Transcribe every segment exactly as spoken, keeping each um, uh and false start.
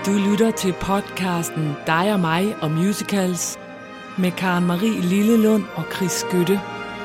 Du lytter til podcasten Dig og mig og musicals med Karen Marie Lillelund og Chris Skytte.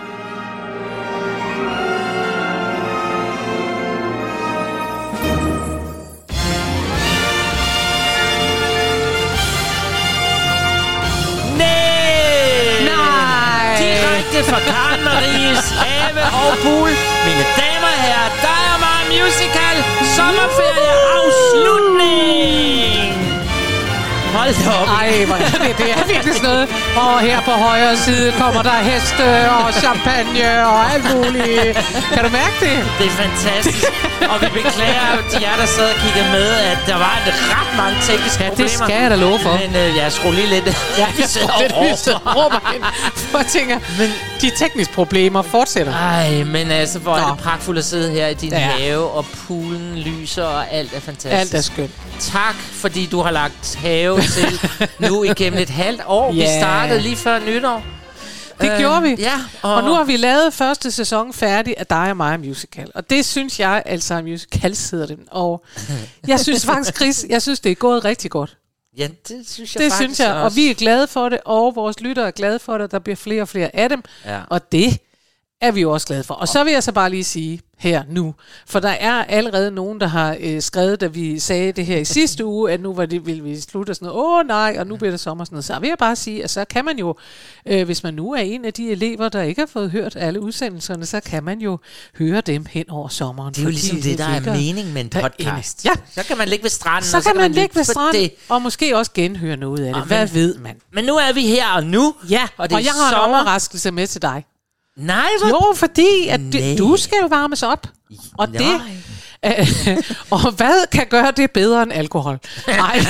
Fra Karen Maries have og pool. Mine damer og herrer, Dig og mig musical sommerferie afslutning. Hold da op. Ej, det, det er virkelig sådan noget. Og her på højre side kommer der heste og champagne og alt muligt. Kan du mærke det? Det er fantastisk. Og vi beklager de jer, der sad og kiggede med, at der var en ret mange tekniske ja, problemer. det skal jeg da love for. Men øh, jeg skruer lige lidt. Ja, jeg skruer lidt råber ind. For jeg tænker, men de tekniske problemer fortsætter. Ej, men altså, hvor er det pragtfuldt at sidde her i din ja. have, og poolen lyser, og alt er fantastisk. Alt er skønt. Tak, fordi du har lagt have til nu igennem et halvt år. Yeah. Vi startede lige før nytår. Det øh, gjorde vi. Ja, og... og nu har vi lavet første sæson færdig af Dig og mig musical. Og det synes jeg, altså musical hedder det. Og jeg synes faktisk, Chris, jeg synes, det er gået rigtig godt. Ja, det synes jeg det faktisk synes jeg, også. Og vi er glade for det, og vores lyttere er glade for det. Der bliver flere og flere af dem. Ja. Og det er vi jo også glade for. Og så vil jeg så bare lige sige her nu, for der er allerede nogen, der har øh, skrevet, da vi sagde det her i sidste uge, at nu var det, ville vi slutte og sådan noget, åh nej, og nu bliver det sommer sådan noget. Så vil jeg bare sige, at så kan man jo, øh, hvis man nu er en af de elever, der ikke har fået hørt alle udsendelserne, så kan man jo høre dem hen over sommeren. Det er jo ligesom det, der er mening med en podcast. Ja. Så kan man ligge ved stranden, så, og så kan kan man man ligge ved stranden, det. og måske også genhøre noget af det. Og Hvad men, ved man? Men nu er vi her og nu. Ja, og, det og jeg har sommer. en overraskelse med til dig. Nej, hvor? Jo, fordi at du, du skal jo varmes op. Og Nej. det øh, og hvad kan gøre det bedre end alkohol? Nej.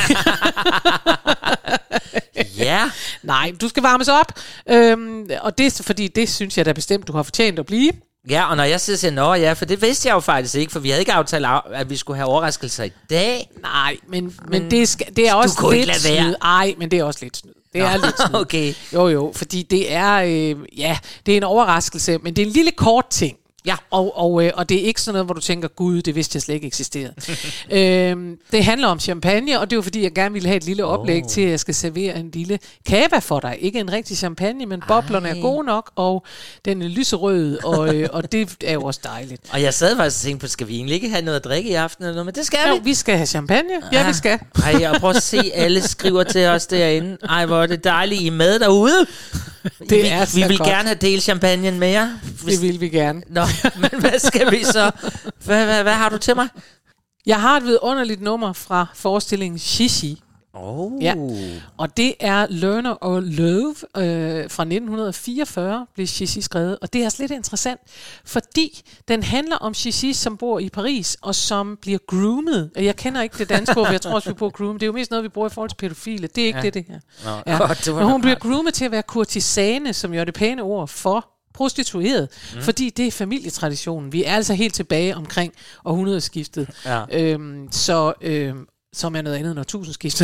Ja. Nej, du skal varmes op. Øhm, og det fordi det synes jeg da bestemt du har fortjent at blive. Ja, og når jeg sidder og siger, nå ja, for det vidste jeg jo faktisk ikke, for vi havde ikke aftalt, at vi skulle have overraskelser i dag. Nej, men, men, men det, skal, det er også lidt snyd. Nej, men det er også lidt snyd. Det er lidt snyd. Okay. Jo, jo, fordi det er, øh, ja, det er en overraskelse, men det er en lille kort ting. Ja, og, og, øh, og det er ikke sådan noget, hvor du tænker, gud, det vidste jeg slet ikke eksisterede. øhm, det handler om champagne, og det er jo fordi, jeg gerne ville have et lille oplæg oh. til, at jeg skal servere en lille cava for dig. Ikke en rigtig champagne, men boblerne Ej. er gode nok, og den er lyserød, og, øh, og det er jo også dejligt. Og jeg sad faktisk og tænkte på, skal vi egentlig ikke have noget at drikke i aften eller noget, men det skal jo, vi. vi skal have champagne. Ja, ja vi skal. Ej, og prøv at se, alle skriver til os derinde. Ej, hvor er det dejligt, I er med derude. Det vi, er vi vil godt. gerne have delt champagne med jer. Hvis... Det vil vi gerne. Nå, men hvad skal vi så? Hvad, hvad, hvad har du til mig? Jeg har et vidunderligt nummer fra forestillingen Shishi. Oh. Ja. Og det er Lerner og Love øh, fra nitten fireogfyrre blev Shishi skrevet. Og det er også lidt interessant, fordi den handler om Shishi, som bor i Paris, og som bliver groomet. Jeg kender ikke det danske ord, jeg tror også, vi bruger groom. Det er jo mest noget, vi bruger i forhold til pædofile. Det er ikke ja. det, det her. Nå, ja. godt, det var Men hun bliver groomet til at være kurtisane, som jo er det pæne ord for prostitueret, mm. fordi det er familietraditionen. Vi er altså helt tilbage omkring århundredeskiftet. Ja. Øhm, så... Øhm, som er noget andet end årtusindskiftet.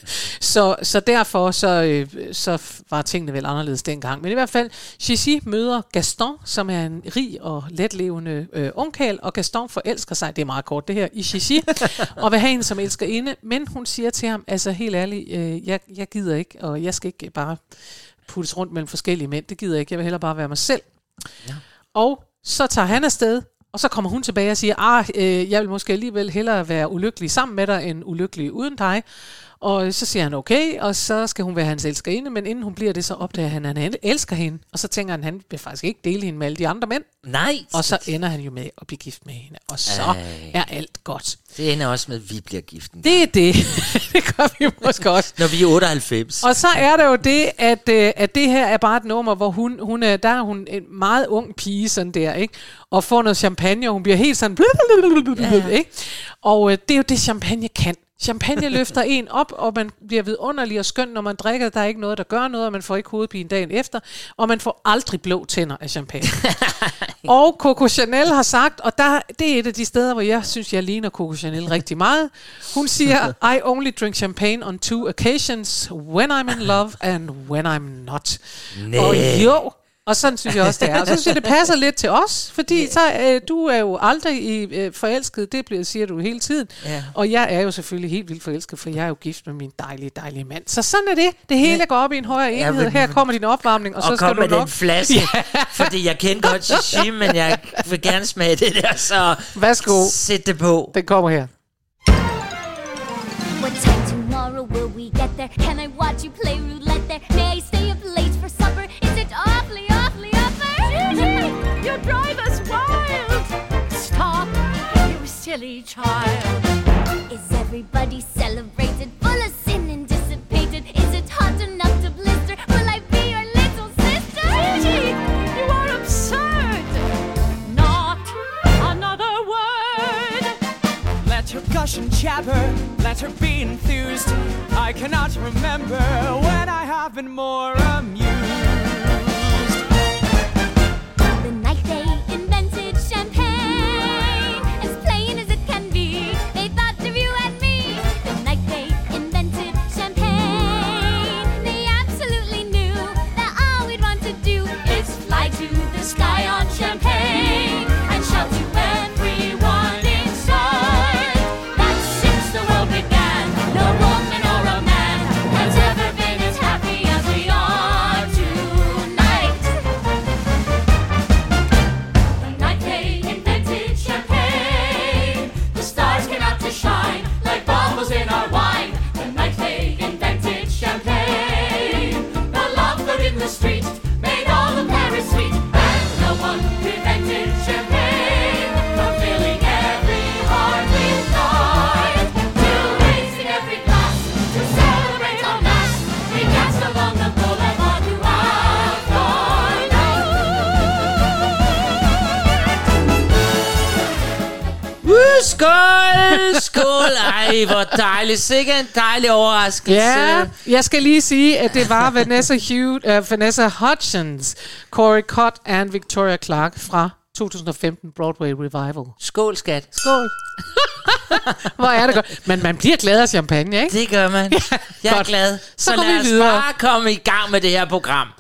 så, så derfor så, øh, så var tingene vel anderledes dengang. Men i hvert fald, Shishi møder Gaston, som er en rig og letlevende øh, ungkarl, og Gaston forelsker sig, det er meget kort det her, i Shishi, og vil have hende som elskerinde, men hun siger til ham, altså helt ærligt, øh, jeg, jeg gider ikke, og jeg skal ikke bare puttes rundt mellem forskellige mænd, det gider jeg ikke, jeg vil hellere bare være mig selv. Ja. Og så tager han afsted, og så kommer hun tilbage og siger, ah, øh, jeg vil måske alligevel hellere være ulykkelig sammen med dig, end ulykkelig uden dig. Og så siger han okay, og så skal hun være hans elskerinde, men inden hun bliver det, så opdager han, at han elsker hende. Og så tænker han, at han vil faktisk ikke dele hende med alle de andre mænd. Nej. Og så ender han jo med at blive gift med hende. Og så Ej. er alt godt. Det ender også med, at vi bliver gift. Det er det. Det gør vi måske også. Når vi er otteoghalvfems. Og så er det jo det, at, at det her er bare et nummer, hvor hun, hun er, der er hun en meget ung pige, sådan der, ikke? Og får noget champagne, og hun bliver helt sådan... Ja. Ikke? Og det er jo det, champagne kan. Champagne løfter en op, og man bliver vidunderlig og skøn, når man drikker. Der er ikke noget, der gør noget, og man får ikke hovedpine dagen efter. Og man får aldrig blå tænder af champagne. Og Coco Chanel har sagt, og der, det er et af de steder, hvor jeg synes, jeg ligner Coco Chanel rigtig meget. Hun siger, I only drink champagne on two occasions, when I'm in love and when I'm not. Nee. Og jo, Og sådan synes jeg også, det er. Og så synes jeg, det passer lidt til os, fordi yeah. så, øh, du er jo aldrig øh, forelsket, det bliver, siger du hele tiden. Yeah. Og jeg er jo selvfølgelig helt vildt forelsket, for jeg er jo gift med min dejlige, dejlige mand. Så sådan er det. Det hele yeah. går op i en højere enhed. Ja, her kommer din opvarmning, og, og så skal du med nok... den flaske, fordi jeg kender godt sushi, men jeg vil gerne smage det der, så værsgo. Sæt det på. Den kommer her. What time tomorrow will we get there? Can I watch you play roulette there? May I stay up late for supper? Is it awfully, awfully upper? You drive us wild. Stop, you silly child. Is everybody celebrated? Full of sin and dissipated? Is it hot enough to blister? Will I be your little sister? Gigi, you are absurd. Not another word. Let her gush and jabber. Let her be enthused. I cannot remember when I have been more amused. The night they invented champagne, as plain as it can be, they thought of you and me. The night they invented champagne, they absolutely knew that all we'd want to do is fly to the sky on champagne and shout to everyone inside that since the world began, no woman or a man has ever been as happy as we are tonight. The night they invented champagne, the stars came out to shine like bubbles in our wine. The night they invented champagne, the love flowed in the street, made all of Paris sweet, and no one prevented champagne from filling every heart with joy, to raising every glass, to celebrate en masse. We danced along the boulevard throughout the night. Uh, skål! Skål! Ej, hvor dejligt. Sikke en dejlig overraskelse. Ja, jeg skal lige sige, at det var Vanessa, Hugh, uh, Vanessa Hudgens, Corey Cott and Victoria Clark fra to tusind og femten Broadway Revival. Skål, skat. Skål. Hvor er det godt. Men man bliver glad af champagne, ikke? Det gør man. Jeg er godt. glad. Så Så går vi lad os videre. bare komme i gang med det her program.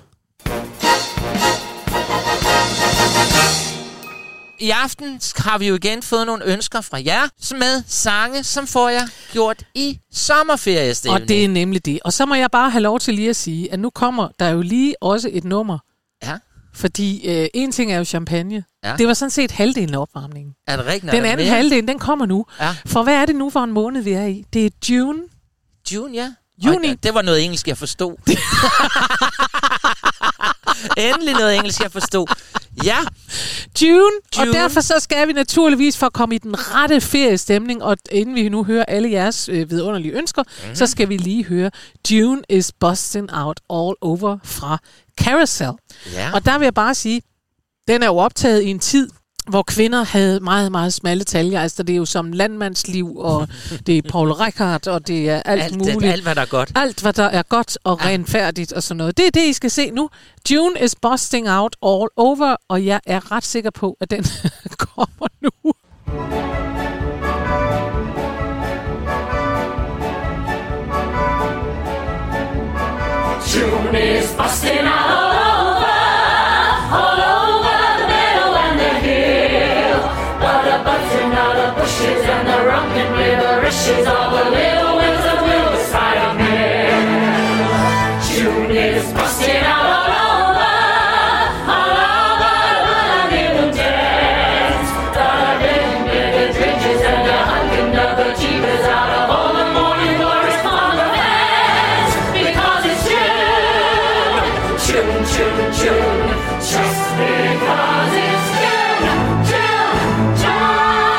I aften har vi jo igen fået nogle ønsker fra jer med sange, som får jer gjort i sommerferiestemning. Og det er nemlig det. Og så må jeg bare have lov til lige at sige, at nu kommer der jo lige også et nummer. Ja. Fordi øh, en ting er jo champagne. Ja. Det var sådan set halvdelen af opvarmningen. Er det rigtigt? Den anden halvdel, den kommer nu. Ja. For hvad er det nu for en måned, vi er i? Det er June. June, ja. Juni. Og det var noget engelsk, jeg forstod. Endelig noget engelsk, jeg forstod. Ja. June. June. Og derfor så skal vi naturligvis for at komme i den rette feriestemning, og inden vi nu hører alle jeres øh, vidunderlige ønsker, mm-hmm. så skal vi lige høre June is Busting Out All Over fra Carousel. Ja. Og der vil jeg bare sige, den er jo optaget i en tid, hvor kvinder havde meget, meget smalle taljer. Altså, det er jo som landmandsliv, og det er Paul Rickard, og det er alt, alt muligt. Det, alt, hvad der er godt. Alt, hvad der er godt og ja. renfærdigt og sådan noget. Det er det, I skal se nu. June is Busting Out All Over, og jeg er ret sikker på, at den kommer nu. June is busting out all over, all over the meadow and the hill. But the busting out the bushes and the running river rushes all the little winds that will beside of me. June is busting out all over, all over the little dance. The living with the drinks and the hunting of the jeepers out of all the morning glories on the fence. Because it's June, June, June, June, just because it's June, June, June.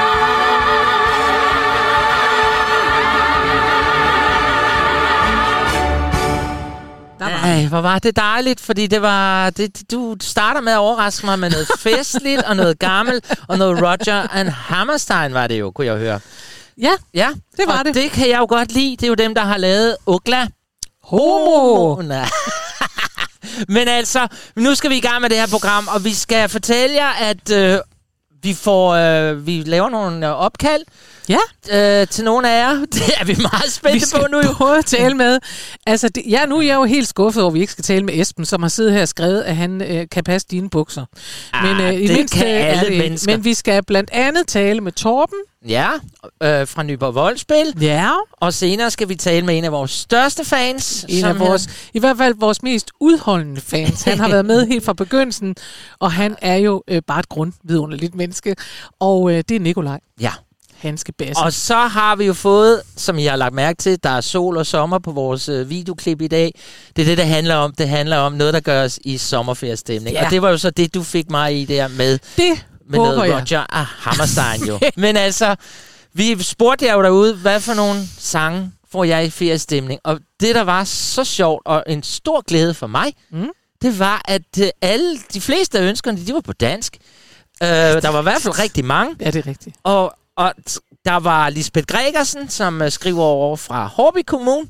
Ej, hvor var det dejligt, fordi det var... Det, du starter med at overraske mig med noget festligt og noget gammelt, og noget Roger and Hammerstein var det jo, kunne jeg høre. Ja, Ja, det var og det. det kan jeg jo godt lide. Det er jo dem, der har lavet Ugla. Homo! Nej. Men altså, nu skal vi i gang med det her program, og vi skal fortælle jer, at øh, vi får øh, vi laver nogle øh, opkald Ja. øh, til nogle af jer. Det er vi meget spændte Vi skal på nu. Jo. prøve at tale med. Altså, det, ja, nu er jeg jo helt skuffet over, at vi ikke skal tale med Esben, som har siddet her og skrevet, at han øh, kan passe dine bukser. Ah, men øh, i det mindste kan alle er det, mennesker. Men vi skal blandt andet tale med Torben. Ja, øh, fra Nyborg Voldspil. Ja. Og senere skal vi tale med en af vores største fans. En som af vores, i hvert fald vores mest udholdende fans. Han har været med helt fra begyndelsen, og han er jo øh, bare et grundvidunderligt menneske. Og øh, det er Nikolaj. Ja. Hanske Basse. Og så har vi jo fået, som I har lagt mærke til, der er sol og sommer på vores øh, videoklip i dag. Det er det, det handler om. Det handler om noget, der gør os i sommerferiestemning. Ja. Og det var jo så det, du fik mig i der med, det med håber noget jeg. Roger ah, Hammerstein jo. Men altså, vi spurgte jer jo derude, hvad for nogle sange får jeg i feriestemning? Og det, der var så sjovt og en stor glæde for mig, mm. det var, at øh, alle, de fleste af ønskerne, de var på dansk. Øh, der var i hvert fald rigtig mange. Ja, det er rigtigt. Og, og t- der var Lisbeth Gregersen, som uh, skriver over fra Hårby Kommune.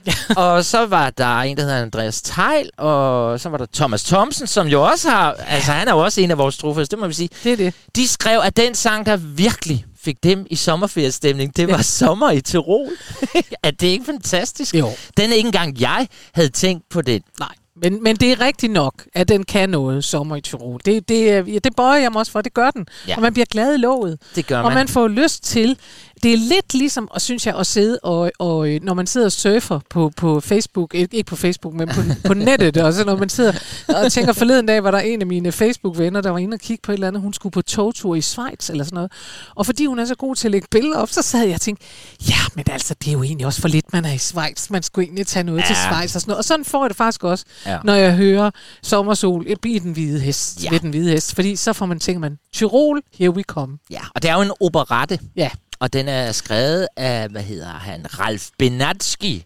Og så var der en, der hedder Andreas Teil, og så var der Thomas Thomsen, som jo også har... Altså, han er jo også en af vores trofaste, det må vi sige. Det er det. De skrev, at den sang, der virkelig fik dem i sommerferiestemning, det var ja. Sommer i Tirol. Er det ikke fantastisk? Jo. Den er ikke engang jeg havde tænkt på det. Nej. Men, men det er rigtigt nok, at den kan noget, Sommer i Tirol. Det, det, det bøjer jeg mig også for, det gør den. Ja. Og man bliver glad i låget. Det gør og man. Og man får lyst til... Det er lidt ligesom, og synes jeg, at sidde og, og når man sidder og surfer på, på Facebook, ikke, ikke på Facebook, men på, på nettet, og så når man sidder og tænker, forleden dag var der en af mine Facebook-venner, der var inde og kigge på et eller andet, hun skulle på togtur i Schweiz eller sådan noget. Og fordi hun er så god til at lægge billeder op, så sad jeg og tænkte, ja, men altså, det er jo egentlig også for lidt, man er i Schweiz. Man skulle egentlig tage noget ja. til Schweiz og sådan noget. Og sådan får jeg det faktisk også, ja. når jeg hører Sommersol i den hvide hest, ja. ved den hvide hest. Fordi så får man, tænker man, Tirol, here we come. Ja, og det er jo en operette. Ja. Og den er skrevet af, hvad hedder han, Ralf Benatsky,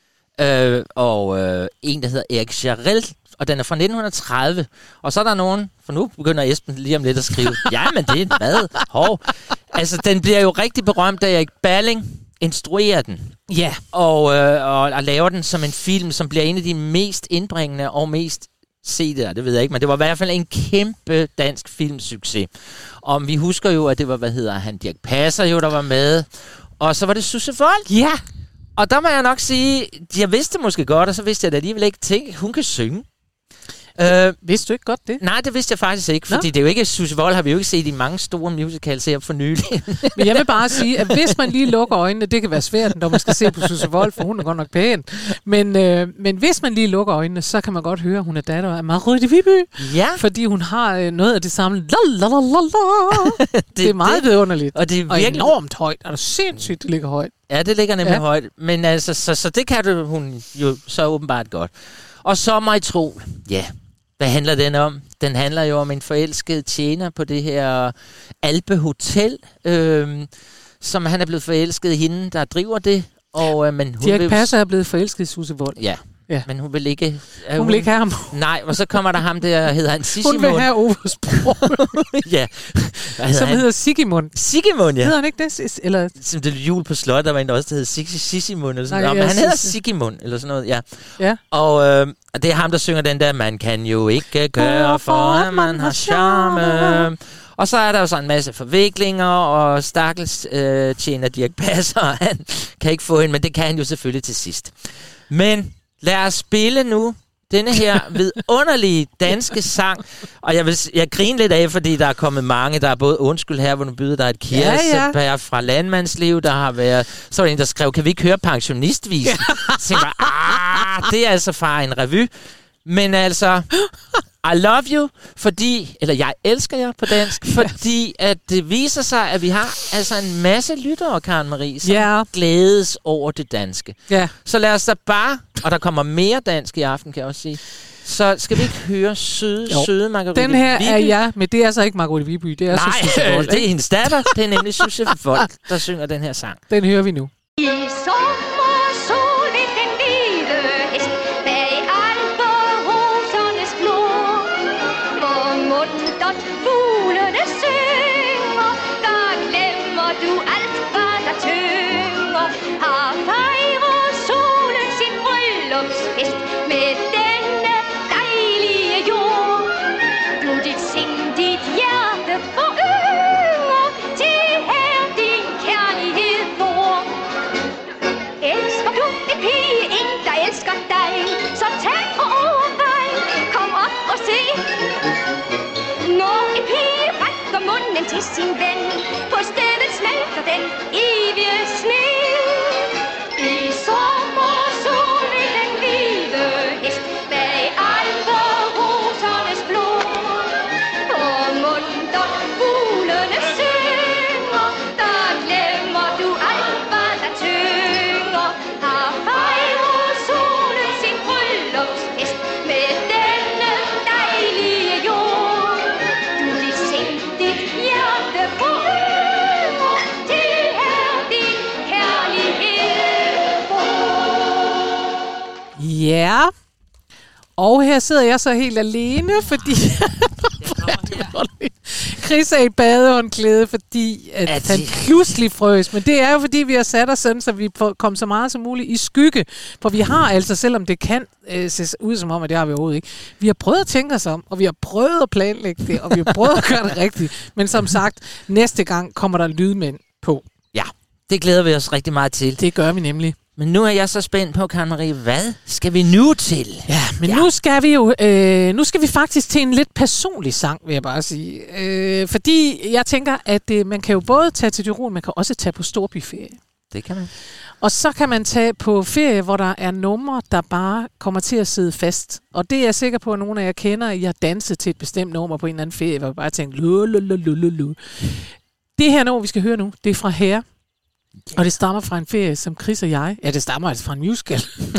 øh, og øh, en, der hedder Erik Jarrell, og den er fra nitten tredive. Og så er der nogen, for nu begynder Esben lige om lidt at skrive, ja, men det er hvad? Hov. Altså, den bliver jo rigtig berømt, da Erik Balling instruerer den. Ja. Og, øh, og, og laver den som en film, som bliver en af de mest indbringende og mest se det, det ved jeg ikke, men det var i hvert fald en kæmpe dansk filmsucces. Og vi husker jo, at det var, hvad hedder han, Dirch Passer jo, der var med. Og så var det Susse Wold. Ja. Og der må jeg nok sige, jeg vidste måske godt, og så vidste jeg da alligevel ikke ting. Hun kan synge. Øh, vidste du ikke godt det? Nej, det vidste jeg faktisk ikke, fordi Nå? det er jo ikke, Susse Wold har vi jo ikke set i mange store musicals her for nylig. Men jeg vil bare sige, at hvis man lige lukker øjnene, det kan være svært, når man skal se på Susse Wold, for hun er godt nok pæn. Men, øh, men hvis man lige lukker øjnene, så kan man godt høre, at hun er datter af Margrethe Viby. Ja. Fordi hun har øh, noget af det samme. det, det er meget vidunderligt. Og det er virkelig... og enormt højt. Er det sindssygt, det ligger højt. Ja, det ligger nemlig ja. højt. Men altså, så, så det kan du, hun jo så åbenbart godt. Og Sommer i Tirol, ja. Hvad handler den om? Den handler jo om en forelsket tjener på det her Alpe Hotel, øh, som han er blevet forelsket i hende, der driver det. Og, øh, men hun Dirch vil... Passer er blevet forelsket i Susse Wold. Ja. Ja, men hun vil ikke... Hun, hun vil ikke have ham. Nej, og så kommer der ham der, hedder han Sigimund. Hun vil have Oves bror. Ja. Hvad Som han? hedder Sigimund. Sigimund, ja. Hedder han ikke det? Eller... Som det jul på slot, der var en, der også der hed Sigimund. Eller sådan Nej, noget. Men han hedder Sigimund, eller sådan noget, ja. Ja. Og øh, det er ham, der synger den der, man kan jo ikke gøre for, at man har charme. Og så er der jo så en masse forviklinger, og stakkels øh, tjener Dirch Passer, han kan ikke få hende, men det kan han jo selvfølgelig til sidst. Men lad os spille nu denne her vidunderlige danske sang. Og jeg vil jeg griner lidt af, fordi der er kommet mange. Der er både Undskyld her, hvor du byder dig et kirsebær ja, ja. fra Landmandsliv. Der har været... Så var der en, der skrev, kan vi ikke høre pensionistvisen? Så jeg ah, det er altså fra en revy. Men altså... I love you, fordi, eller jeg elsker jer på dansk, fordi at det viser sig, at vi har altså en masse lyttere, Karen Marie, som yeah. glædes over det danske. Yeah. Så lad os da bare, og der kommer mere dansk i aften, kan jeg også sige, så skal vi ikke høre søde, jo. søde Margrethe Den her Viby? er ja, men det er altså ikke Margrethe Viby, det er Nej, så Susse Wold. det er hendes datter, det er nemlig Susse Wold, der synger den her sang. Den hører vi nu. I sommersol ved den hvide hest, bag alperosernes flå, hvor muntert fuglene synger, der glemmer du alt, hvad der tynger. Har fejret solen sin bryllupsfest med denne dejlige jord. Du dit sind, dit hjerte forynger, til her din kærlighed den til sin ven. På stedet smelter den evige sne. I sommer sol ved den hvide hest bag alder rosernes blå. Og muntert fuglene synger, der glemmer du alt, hvad der tynger. Har fejret solen sin bryllupsfest med denne dejlige jord. Du vil se dit hjerte forøver, det er din kærlighed for. Ja. Og her sidder jeg så helt alene, fordi Chris er i badehåndklæde, fordi at At han det- pludselig frøs. Men det er jo, fordi vi har sat os sådan, så vi får komme så meget som muligt i skygge. For vi har altså, selvom det kan øh, se ud som om, at det har vi overhovedet ikke, vi har prøvet at tænke os om, og vi har prøvet at planlægge det, og vi har prøvet at gøre det rigtigt. Men som sagt, næste gang kommer der lydmænd på. Ja, det glæder vi os rigtig meget til. Det gør vi nemlig. Men nu er jeg så spændt på, Karen Marie, hvad skal vi nu til? Ja, men ja. nu skal vi jo, øh, nu skal vi faktisk til en lidt personlig sang, vil jeg bare sige. Øh, fordi jeg tænker, at øh, man kan jo både tage til Tyrol, man kan også tage på storbyferie. Det kan man. Og så kan man tage på ferie, hvor der er numre, der bare kommer til at sidde fast. Og det er jeg sikker på, at nogle af jer kender. I har danset til et bestemt nummer på en eller anden ferie, hvor jeg bare tænker, lu, lu, lu, lu, lu, lu. Det her nummer, vi skal høre nu, det er fra Hair. Og det stammer fra en ferie, som Chris og jeg... Ja, det stammer altså fra en musical.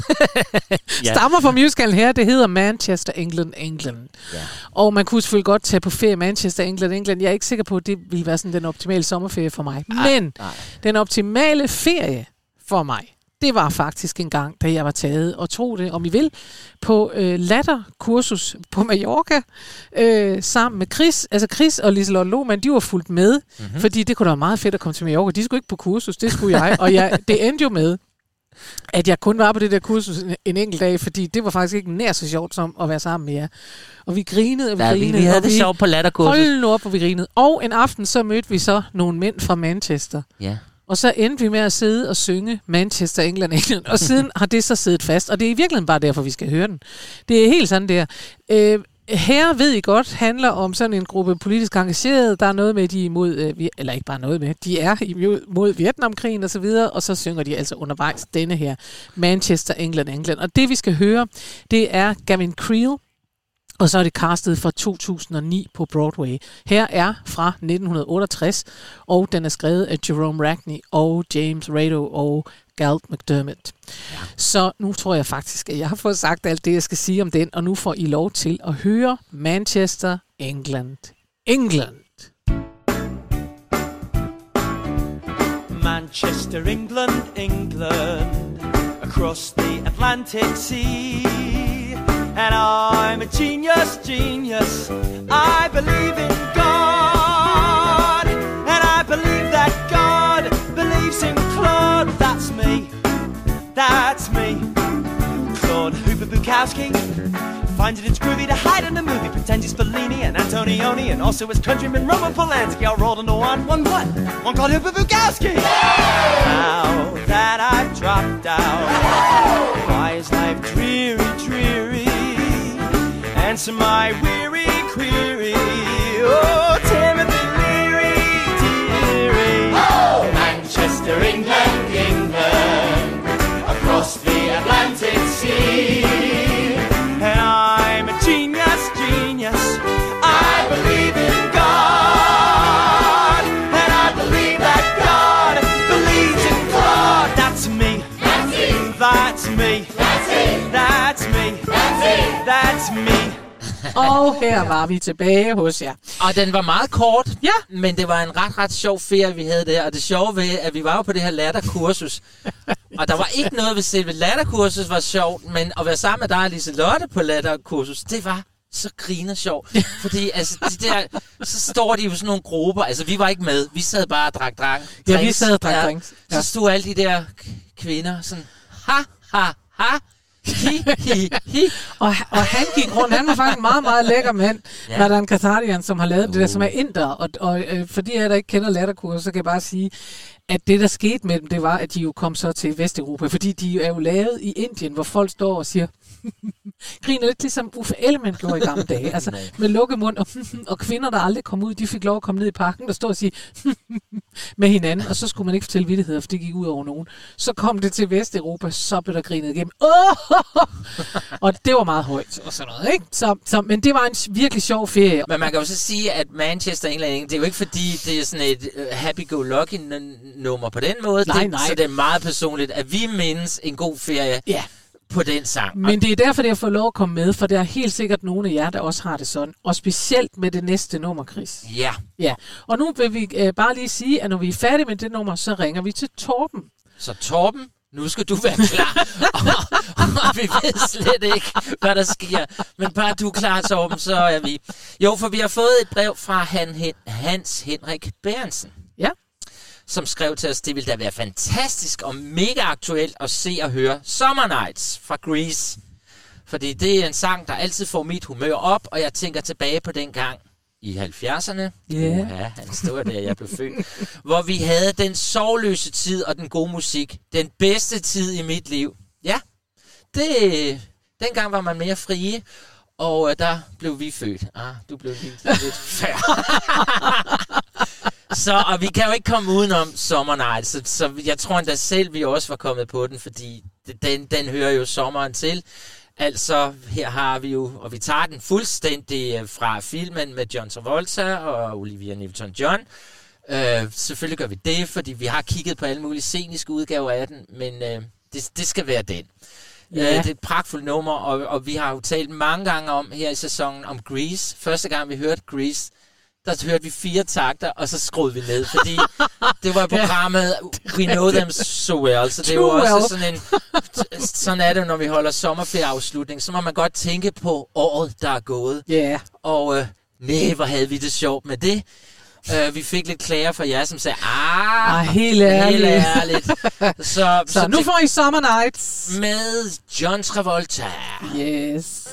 Ja. Stammer fra musicalen her, det hedder Manchester, England, England. Ja. Og man kunne selvfølgelig godt tage på ferie Manchester, England, England. Jeg er ikke sikker på, at det ville være sådan den optimale sommerferie for mig. Ej, Men ej. den optimale ferie for mig, det var faktisk en gang, da jeg var taget, og tro det, om I vil, på øh, latterkursus på Mallorca, øh, sammen med Chris. Altså Chris og Liselotte Lohmann, de var fulgt med, mm-hmm. fordi det kunne da være meget fedt at komme til Mallorca. De skulle ikke på kursus, det skulle jeg. Og jeg, det endte jo med, at jeg kun var på det der kursus en, en enkelt dag, fordi det var faktisk ikke nær så sjovt som at være sammen med jer. Og vi grinede, og vi Ja, vi, grinede. vi havde og det sjovt på latterkursus. Hold nu op, hvor vi grinede. Og en aften, så mødte vi så nogle mænd fra Manchester. Ja. Og så endte vi med at sidde og synge Manchester, England, England. Og siden har det så siddet fast. Og det er i virkeligheden bare derfor, vi skal høre den. Det er helt sådan der. Øh, her ved I godt, handler om sådan en gruppe politisk engagerede. Der er noget med, de er imod, øh, vi- eller ikke bare noget med, de er imod Vietnamkrigen og så videre. Og så synger de altså undervejs denne her Manchester, England, England. Og det vi skal høre, det er Gavin Creel. Og så er det castet fra to tusind og ni på Broadway. Her er fra nitten otteogtres, og den er skrevet af Jerome Ragney og James Rado og Galt McDermott. Ja. Så nu tror jeg faktisk, at jeg har fået sagt alt det, jeg skal sige om den, og nu får I lov til at høre Manchester, England, England. Manchester, England, England, across the Atlantic Sea. And I'm a genius, genius. I believe in God, and I believe that God believes in Claude. That's me, that's me. Claude Hooper Bukowski finds it it's groovy to hide in a movie, pretends he's Fellini and Antonioni, and also his countryman Roman Polanski. All rolled into one, one what? One called Hooper Bukowski. Now that I've dropped out, why is life dreary, dreary? Answer my weary query. Oh, Timothy Leary, dearie. Oh, Manchester, England, England, across the Atlantic Sea. And I'm a genius, genius. I believe in God, and I believe that God believes in God. That's me. That's me. That's me. That's me. That's me. That's, That's me. Og her var vi tilbage hos jer. Og den var meget kort, Ja. men det var en ret, ret sjov ferie, vi havde der. Og det sjove ved, at vi var jo på det her latterkursus. Og der var ikke noget ved selve latterkursus var sjovt, men at være sammen med dig og Liselotte på latterkursus, det var så griner sjovt. Fordi altså, de der, så står de jo sådan nogle grupper. Altså, vi var ikke med. Vi sad bare og drak drak. Ja, vi sad og drak drinks. Ja. Så stod alle de der k- kvinder sådan, ha, ha, ha. Hi, hi, hi. Og, og han gik rundt, han var faktisk en meget, meget lækker mand, Ja. Madan Katarian, som har lavet uh. det der, som er inder. Og, og øh, fordi jeg der ikke kender latterkurser, så kan jeg bare sige, at det, der skete med dem, det var, at de jo kom så til Vesteuropa, fordi de er jo lavet i Indien, hvor folk står og siger, griner lidt ligesom Uffe Ellemann gjorde i gamle dage. Altså med lukket mund, og, og kvinder, der aldrig kom ud, de fik lov at komme ned i parken og stå og sige med hinanden, og så skulle man ikke fortælle vittigheder, for det gik ud over nogen. Så kom det til Vesteuropa, så blev der grinet igennem. Oh! Og det var meget højt og sådan noget, ikke? Så, så, men det var en virkelig sjov ferie. Men man kan jo så sige, at Manchester England, det er jo ikke fordi, det er sådan et uh, happy-go-lucky-nummer på den måde. Nej, det, nej. Så det er meget personligt, at vi mindes en god ferie. Ja. På den sang. Men det er derfor, det har fået lov at komme med, for der er helt sikkert nogle af jer, der også har det sådan. Og specielt med det næste nummer, Chris. Ja. Ja. Og nu vil vi øh, bare lige sige, at når vi er færdige med det nummer, så ringer vi til Torben. Så Torben, nu skal du være klar. og, og vi ved slet ikke, hvad der sker. Men bare du er klar, Torben, så er vi. Jo, for vi har fået et brev fra Han, Hen, Hans Henrik Bærentsen. Ja. Som skrev til os, det ville da være fantastisk og mega aktuelt at se og høre Summer Nights fra Grease. Fordi det er en sang, der altid får mit humør op, og jeg tænker tilbage på den gang i halvfjerdserne. Yeah. Uha, han stod der, jeg blev født. Hvor vi havde den sorgløse tid og den gode musik. Den bedste tid i mit liv. Ja, det, dengang var man mere frie, og uh, der blev vi født. Ah, du blev lidt, lidt før. Så, og vi kan jo ikke komme udenom Summer Night, så, så jeg tror endda selv, vi også var kommet på den, fordi den, den hører jo sommeren til. Altså, her har vi jo, og vi tager den fuldstændig fra filmen med John Travolta og Olivia Newton-John. Uh, selvfølgelig gør vi det, fordi vi har kigget på alle mulige sceniske udgaver af den, men uh, det, det skal være den. Yeah. Uh, det er et pragtfuldt nummer, og, og vi har jo talt mange gange om her i sæsonen om Grease. Første gang vi hørte Grease, der hørte vi fire takter, og så skruede vi ned, fordi det var programmet We Know Them So Well, så det er jo også sådan en, sådan er det, når vi holder sommerferieafslutning, så må man godt tænke på året, der er gået. Yeah. Og øh, nej, hvor havde vi det sjovt med det. Uh, vi fik lidt klager fra jer, som sagde, ah, ah helt ærligt. Helt ærligt. Så, så, så nu det, får I Summer Nights. Med John Travolta. Yes.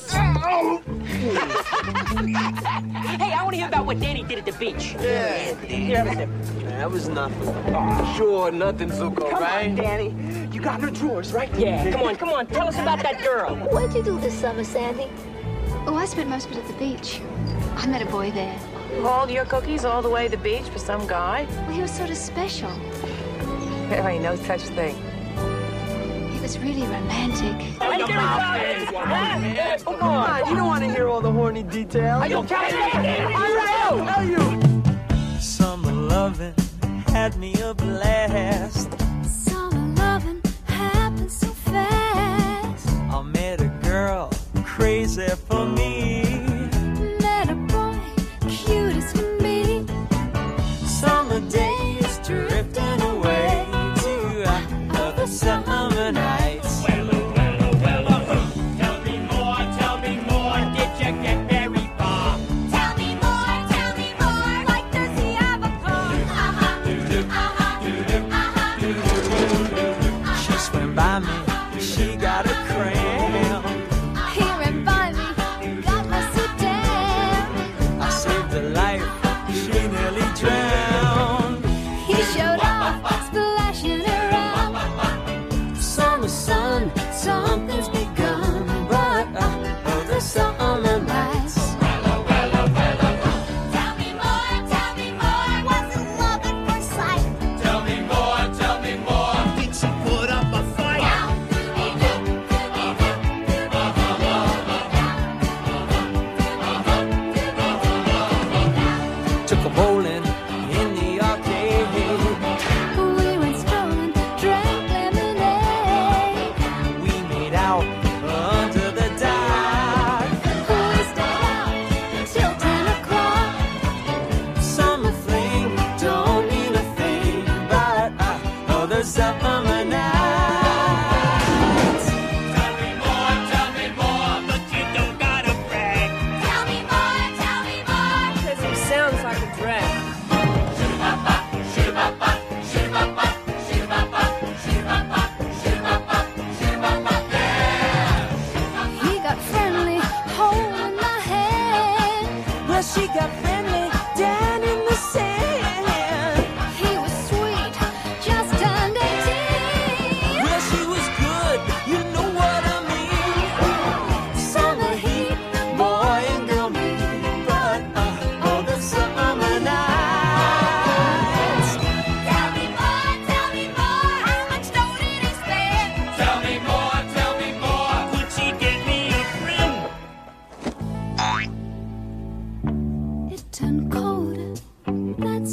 Hey, I want to hear about what Danny did at the beach. Yeah. yeah. That was nothing. Oh, sure, nothing, Zuko, come right? Come on, Danny. You got no drawers, right? Yeah, come on, come on. Tell us about that girl. What'd you do this summer, Sandy? Oh, I spent most of it at the beach. I met a boy there. Hauled your cookies all the way to the beach for some guy? Well, he was sort of special. There ain't no such thing. He was really romantic. Are you oh, come on, you don't want to hear all the horny details. Are you kidding? Are you? Summer loving had me a blast. Summer loving happened so fast. I met a girl crazy for me. Met a boy cute as for me. Summer days drifting away to other summer nights. Well, well, well, uh, tell me more, tell me more. Did you get very far? Tell me more, tell me more. Like does he have a car? Uh-huh, uh-huh.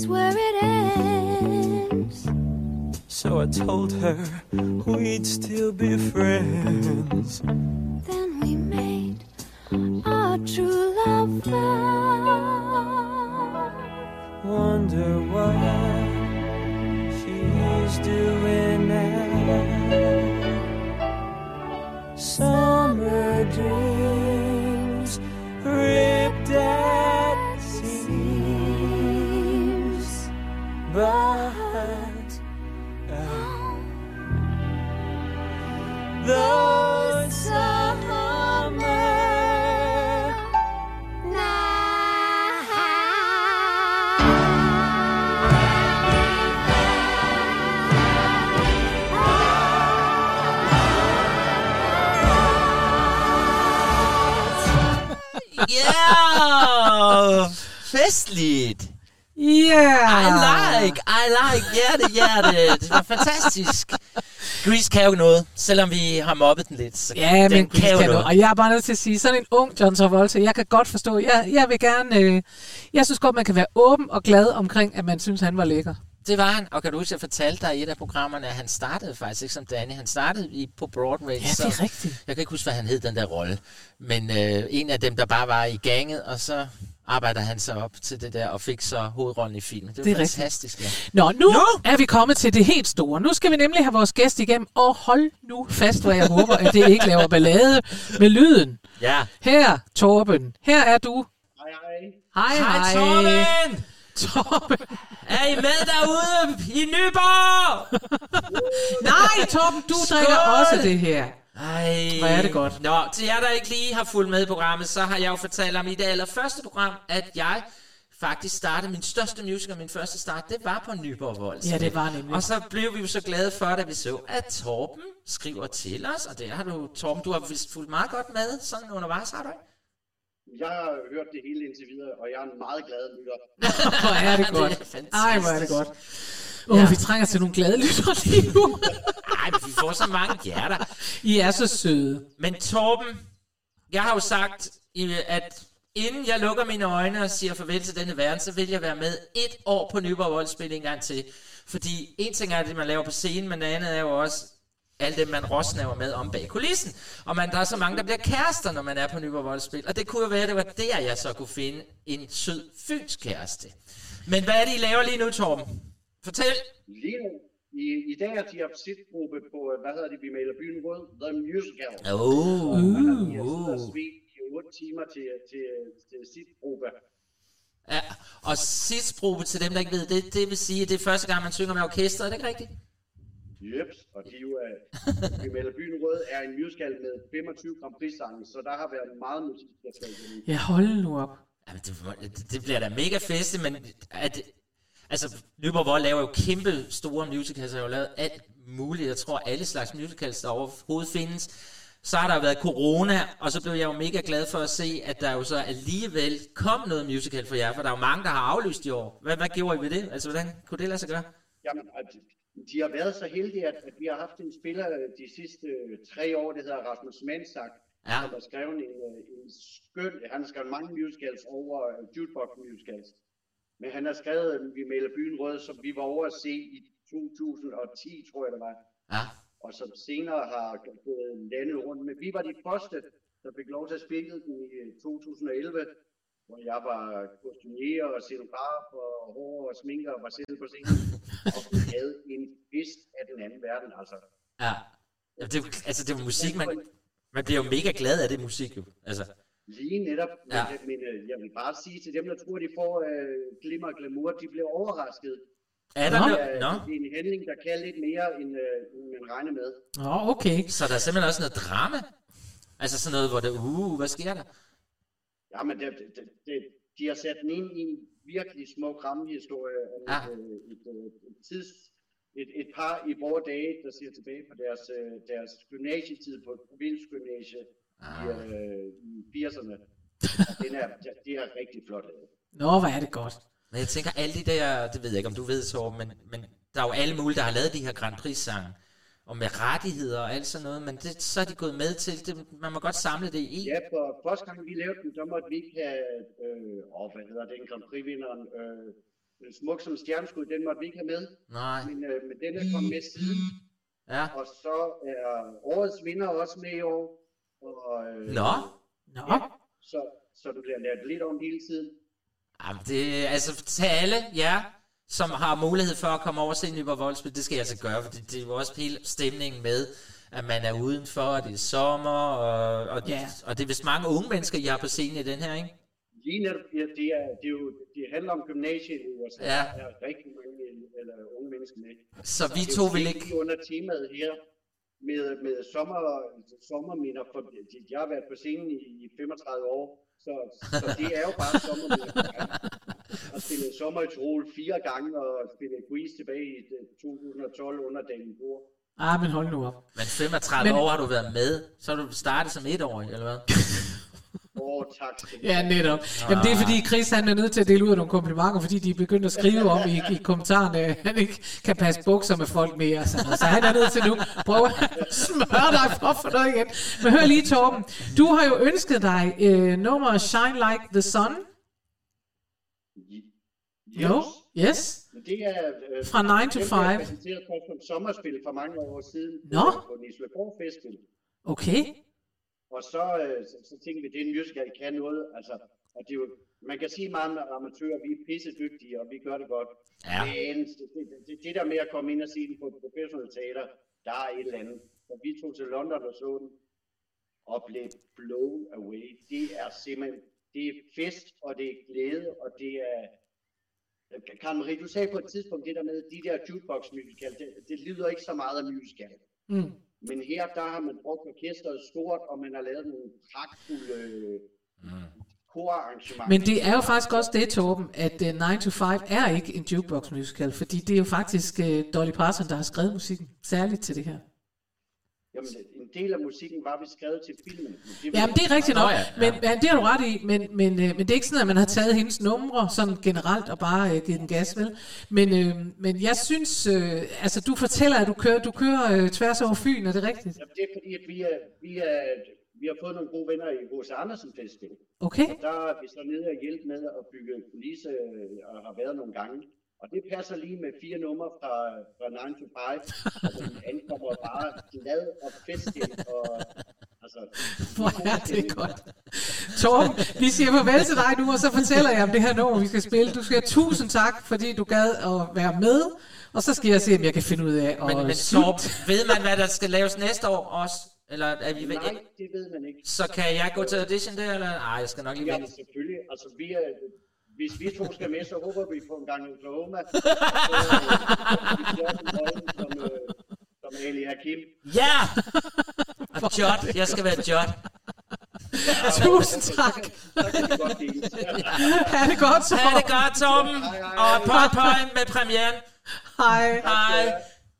where it ends. So I told her we'd still be friends. Then we made our true love vow. Wonder what she's doing now. Summer dreams ripped at seams, but uh, those summer Yeah! Festligt! Yeah! I like, I like, hjerte, hjerte. Det var fantastisk. Grease kan jo noget, selvom vi har mobbet den lidt. Så Ja, den men kan jo kan noget. og jeg er bare nødt til at sige, sådan en ung John Travolta, jeg kan godt forstå, jeg, jeg vil gerne, øh, jeg synes godt, man kan være åben og glad omkring, at man synes, han var lækker. Det var han, og kan du huske, jeg fortalte dig i et af programmerne, at han startede faktisk ikke som Danny, han startede i, på Broadway. Ja, det er rigtigt. Jeg kan ikke huske, hvad han hed, den der rolle. Men øh, en af dem, der bare var i ganget, og så arbejder han sig op til det der, og fik så hovedrollen i filmen. Det var Det er fantastisk. Ja. Nå, nu no. er vi kommet til det helt store. Nu skal vi nemlig have vores gæst igennem, og hold nu fast, hvor jeg håber, at det ikke laver ballade med lyden. Ja. Her, Torben, her er du. Hej, hej. Hej, Hej, hej. Torben! Torben. Er I med derude i Nyborg? Nej, Torben, du Skål! drikker også det her. Ej. Hvor er det godt. Nå, til jer, der ikke lige har fulgt med i programmet, så har jeg jo fortalt om i det allerførste program, at jeg faktisk startede min største musical, min første start, det var på Nyborg Vold. Ja, det var nemlig. Og så blev vi jo så glade for, da vi så, at Torben skriver til os, og det har du, Torben, du har vist fulgt meget godt med, sådan undervejs, har du ikke? Jeg har hørt det hele indtil videre, og jeg er en meget glad lytter. Hvor er det godt. Det Ej, hvor er det godt. Åh, oh, ja. Vi trænger til nogle glade lytter lige nu. Ej, vi får så mange hjerter. I er så søde. Men Torben, jeg har jo sagt, at inden jeg lukker mine øjne og siger farvel til denne verden, så vil jeg være med et år på Nyborg Voldspil en gang til. Fordi en ting er det, man laver på scenen, men det andet er jo også alt det, man råsnaver med om bag kulissen. Og man, der er så mange, der bliver kærester, når man er på Nyborg Voldspil. Og det kunne jo være, at det var der, jeg så kunne finde en sød fynsk kæreste. Men hvad er det, I laver lige nu, Torben? Fortæl! Lige nu, i, i dag har de haft sitgruppe på, hvad hedder det, vi maler byen rød, The Musical. Oh. Og uh. de har siddet og svedt i otte timer til, til, til sitgruppe. Ja, og sidstprobe til dem, der ikke ved det, det vil sige, at det er første gang, man synger med orkester, er det ikke rigtigt? Jeps, og de jo er, vi maler byen rød er en musical med femogtyve Grand Prix-sange, så der har været meget musik, der skal ind. Ja, hold nu op. Jamen, det, det bliver da mega feste, men at, altså, Nyborg Vold laver jo kæmpe store musicals, har jo lavet alt muligt. Jeg tror, alle slags musicals, der overhovedet findes. Så har der været corona, og så blev jeg jo mega glad for at se, at der jo så alligevel kom noget musical for jer, for der er jo mange, der har aflyst i år. Hvad, hvad gjorde I ved det? Altså, hvordan kunne det lade sig gøre? Jamen, de har været så heldige, at, at vi har haft en spiller de sidste tre år, det hedder Rasmus Mansak, ja. Som har skrevet en, en skøn, han har skrevet mange musicals over jukebox musicals. Men han har skrevet, vi maler byen rød, som vi var over at se i to tusind og ti, tror jeg det var. Ja. Og som senere har gået landet rundt. Men vi var de første, der fik lov til at spille den i to tusind og elleve, hvor jeg var kostumier og scenograf og hår og sminker og var selv på scenen. Og vi havde en fest af den anden verden, altså. Ja, det, altså det var musik, man, man bliver jo mega glad af det musik jo. Altså. Lige netop, ja. men, men jeg vil bare sige til dem, der tror, de får øh, glimmer og glamour, de bliver overrasket. Er der noget? No. Det er en handling, der kan lidt mere, end, øh, end man regner med. Nå, okay. Så der er simpelthen også noget drama? Altså sådan noget, hvor det, uh, hvad sker der? Ja, men det, det, det, de har sat den ind i en virkelig smuk rammehistorie om ja. et, et, et, et, tids, et, et par i vore dage, der ser tilbage på deres, deres gymnasietid på et provinsgymnasie ah. i, øh, i firserne. Den er, det er rigtig flot. Nå, hvor er det godt. Men jeg tænker, alle de der, det ved jeg ikke, om du ved, så, men, men der er jo alle mulige, der har lavet de her Grand Prix-sange, og med rettigheder og alt sådan noget, men det, så er de gået med til det. Man må godt samle det i. Ja, for første gang vi lavede den, der måtte vi ikke have, øh, åh, hvad hedder det, en Grand Prix-vinderen, øh, Smuk som stjerneskud, den måtte vi ikke have med. Nej. Men, øh, men den er kommet med siden. Ja. Og så er årets vinder også med i år. Og, øh, Nå. Nå. Ja, så, så du bliver lært lidt om hele tiden. Jamen, det er altså til alle, ja, som har mulighed for at komme over til Nyborg Voldspil, det skal jeg altså gøre, for det, det er jo også hele stemningen med, at man er udenfor, og det er sommer, og, og, ja. og det er vist mange unge mennesker, I har på scenen i den her, ikke? Lige netop, ja, det, er, det, er jo, det handler om gymnasiet, og så ja. er der rigtig mange eller unge mennesker med. Så vi to vil ikke... Det er under temaet her, med, med sommer, sommerminder, for jeg har været på scenen i, i femogtredive år, så, så det er jo bare sommerminder. Jeg har spillet Sommer i Tirol fire gange, og spillet Grease tilbage i to tusind og tolv under Daniel Bohr. Ah, men hold nu op. Men femogtredive men... år har du været med, så har du startet som etårig, eller hvad? Åh, oh, tak. Ja, netop. Jamen, det er fordi Chris han er nødt til at dele ud af nogle komplimenter, fordi de er begyndt at skrive om i, i kommentarerne, at han ikke kan passe bukser med folk mere. Så, så han er nødt til nu prøve at smøre dig for for noget igen. Men hør lige, Torben. Du har jo ønsket dig øh, nummeret Shine Like the Sun. Yes. No? Yes? Det er øh, fra nine to five. Det er præsenteret på som sommerspil for mange år siden. Nå? På Nisløborg Festival. Okay. Og så, øh, så, så tænkte vi, det er en musical, der kan noget. Altså, og det er jo, man kan sige meget med amatører, vi er pisse dygtige, og vi gør det godt. Ja. Men det, det, det der med at komme ind og se den på professionelle teater, der er et eller andet. Og vi tog til London og så den, og blev blown away. Det er simpelthen, det er fest, og det er glæde, og det er... Karen Marie, du sagde på et tidspunkt det der med, de der jukebox musical, det, det lyder ikke så meget af musical. Mm. Men her, der har man brugt orkestret stort, og man har lavet nogle pragtfulde mm. korarrangementer. Men det er jo faktisk også det, Torben, at uh, nine to five er ikke en jukebox musical, fordi det er jo faktisk uh, Dolly Parton, der har skrevet musikken, særligt til det her. Jamen, en del af musikken var vi skrevet til filmen. Det Jamen, det er rigtigt nok, ja, ja. Men, men det har du ret i, men, men, øh, men det er ikke sådan, at man har taget hendes numre sådan generelt og bare øh, givet den gas, vel? Men, øh, men jeg synes, øh, altså du fortæller, at du kører, du kører øh, tværs over Fyn, er det rigtigt? Jamen, det er fordi, at vi, er, vi, er, vi har fået nogle gode venner i H C Andersen Festival. Okay. Og der er vi så nede og hjælpe med at bygge kulisse, og har været nogle gange. Og det passer lige med fire numre fra, fra nine to five, og den ankommer bare glad og festlig, og altså... Hvor er det godt. Torben, vi siger farvel til dig nu, og så fortæller jeg om det her nummer, vi skal spille. Du skal have tusind tak, fordi du gad at være med, og så skal jeg se, om jeg kan finde ud af at Men, men Torben, ved man, hvad der skal laves næste år også? Eller er vi ved... Nej, det ved man ikke. Så kan jeg gå til audition der, eller? Nej, jeg skal nok lige vente. Ja, selvfølgelig. Altså, vi er... Hvis vi to skal med, så håber vi på en gang i Oklahoma. Så vi gør den rollen som, øh, som Ali Hakim. Ja! Og Jot. Jeg skal være Jot. Tusind tak. Ha' det godt, Torben. Ha' det godt, Torben. Og pøj pøj med premieren. Hej. Hej.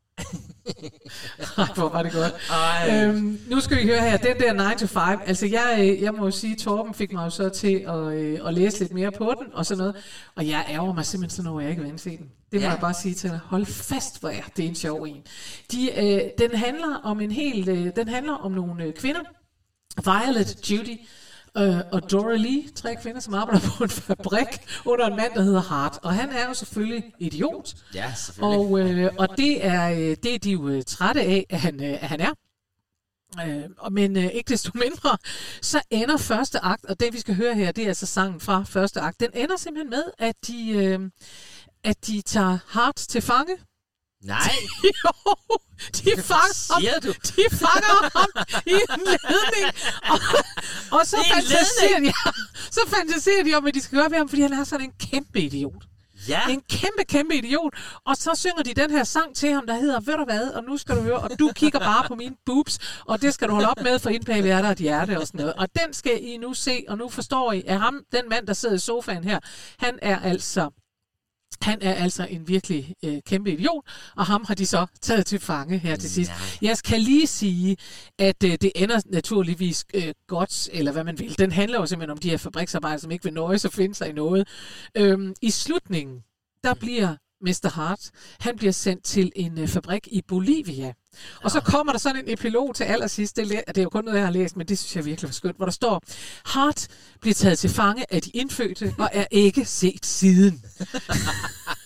Ej, hvor var det godt. Øhm, nu skal vi høre her, den der nine to five, altså jeg, jeg må jo sige, Torben fik mig jo så til at, øh, at læse lidt mere på den, og sådan noget, og jeg ærger mig simpelthen sådan noget, jeg ikke vil anse den. Det må ja. jeg bare sige til dig. Hold fast, hvor er det er en sjov en. De, øh, den handler om en hel, øh, den handler om nogle øh, kvinder, Violet, Judy, Uh, og Dora Lee, tre kvinder, som arbejder på en fabrik under en mand, der hedder Hart. Og han er jo selvfølgelig idiot. Ja, selvfølgelig. Og, uh, og det, er, det er de jo uh, trætte af, at han, uh, at han er. Uh, men uh, ikke desto mindre, så ender første akt, og det vi skal høre her, det er altså sangen fra første akt. Den ender simpelthen med, at de, uh, at de tager Hart til fange. Nej. Jo, de fanger ham, de fanger ham i en ledning, og, og så, fantaserer de, ja, så fantaserer de om, at de skal gøre ved ham, fordi han er sådan en kæmpe idiot. Ja. En kæmpe, kæmpe idiot. Og så synger de den her sang til ham, der hedder, ved du hvad, og nu skal du høre, og du kigger bare på mine boobs, og det skal du holde op med, for indpage vi er der et hjerte og sådan noget. Og den skal I nu se, og nu forstår I, at ham, den mand, der sidder i sofaen her, han er altså... Han er altså en virkelig øh, kæmpe idiot, og ham har de så taget til fange her til sidst. Jeg skal lige sige, at øh, det ender naturligvis øh, godt, eller hvad man vil. Den handler jo simpelthen om de her fabriksarbejdere, som ikke vil nøjes at finde sig i noget. Øhm, I slutningen, der bliver mister Hart, han bliver sendt til en øh, fabrik i Bolivia. Og så kommer der sådan en epilog til allersidst, det er, det er jo kun noget, jeg har læst, men det synes jeg virkelig var skønt, hvor der står, Hart bliver taget til fange af de indfødte, og er ikke set siden.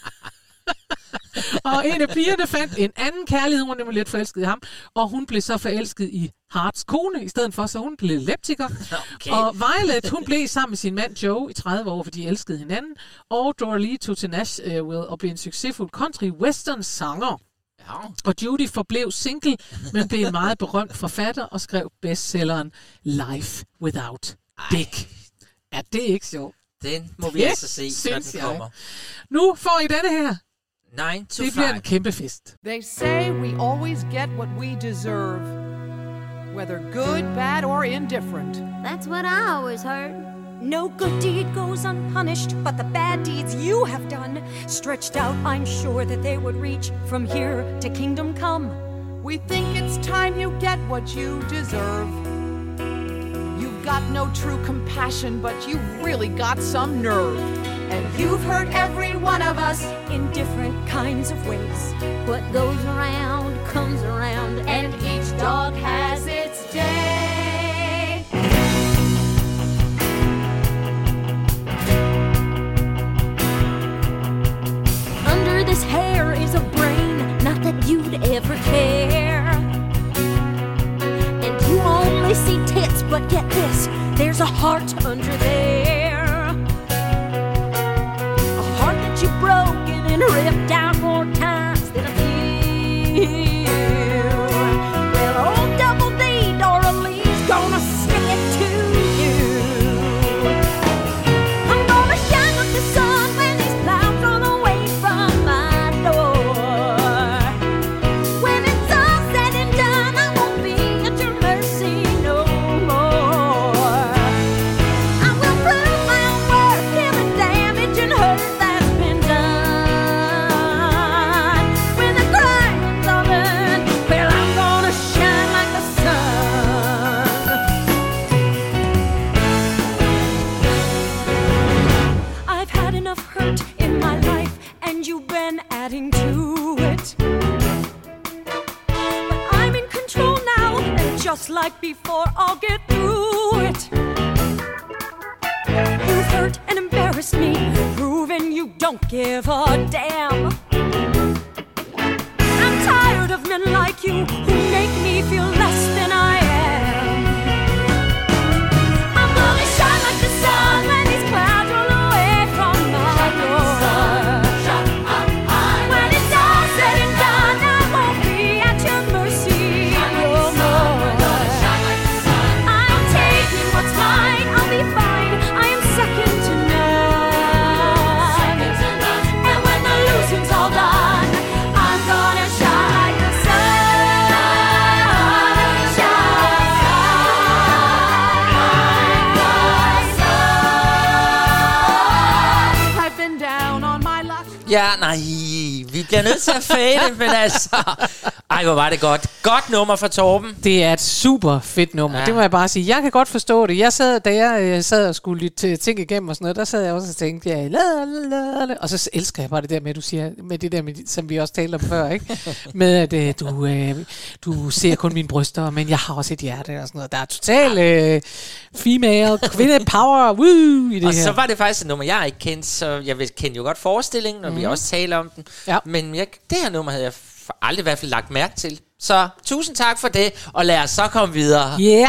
Og en af pigerne fandt en anden kærlighed, hun var lidt forelsket i ham, og hun blev så forelsket i Harts kone, i stedet for, så hun blev leptiker. Okay. Og Violet, hun blev sammen med sin mand Joe i tredive år, fordi de elskede hinanden, og Doralee tog til Nashville og blev en succesfuld country-western sanger. Ja. Og Judy forblev single, men blev en meget berømt forfatter og skrev bestselleren Life Without Dick. Er det ikke sjovt? Den må vi altså se, når den kommer. Nu får I denne her. nine to Det bliver en kæmpe fest. They say we always get what we deserve, whether good, bad, or indifferent. That's what I always heard. No good deed goes unpunished, but the bad deeds you have done, stretched out, I'm sure that they would reach from here to kingdom come. We think it's time you get what you deserve. You've got no true compassion, but you've really got some nerve. And you've hurt every one of us in different kinds of ways. What goes around comes around, and each dog has its day. Under this hair is a brain, not that you'd ever care. And you only see tits, but get this, there's a heart under there. A heart that you've broken and ripped out more times than a few. Well, old Double D, Doralee's gonna stick it to you. I'm gonna shine like the sun when these clouds roll away from my door. When it's all said and done, I won't be at your mercy no more. I will prove my own worth, heal the damage and hurt that's been done. When the crime's all done, well, I'm gonna shine like the sun. I've had enough hurt in my life, and you've been adding to it. But I'm in control now, and just like before, I'll get through it. You've hurt and embarrassed me, proving you don't give a damn. I'm tired of men like you who make me feel less than I am. I'm gonna shine like the sun when these clouds roll away from my door. When it's all said and done, I won't be at your mercy no more. I'm taking what's mine, I'll be fine. I am second to none. And when the losing's all done, I'm gonna shine like the sun. Shine like the sun. I've been down on my luck. Ja, nej, vi bliver nødt til at fade, men altså... Ej, hvor var det godt. Godt nummer fra Torben. Det er et super fedt nummer, ja. Det må jeg bare sige. Jeg kan godt forstå det. Jeg sad, da jeg, jeg sad og skulle lytte ting igennem og sådan noget, der sad jeg også og tænkte, ja, la, la, la, og så elsker jeg bare det der med, du siger, med det der, med, som vi også talte om før, ikke? Med at øh, du, øh, du ser kun mine bryster, men jeg har også et hjerte og sådan noget. Der er total øh, female, kvinde power, woo, i det og her. så var det faktisk et nummer, jeg ikke kendte, så jeg kender jo godt forestillingen, og mm. vi også taler om den. Ja. Men jeg, det her nummer havde jeg aldrig i hvert fald lagt mærke til. Så tusind tak for det, og lad os så komme videre. Yeah.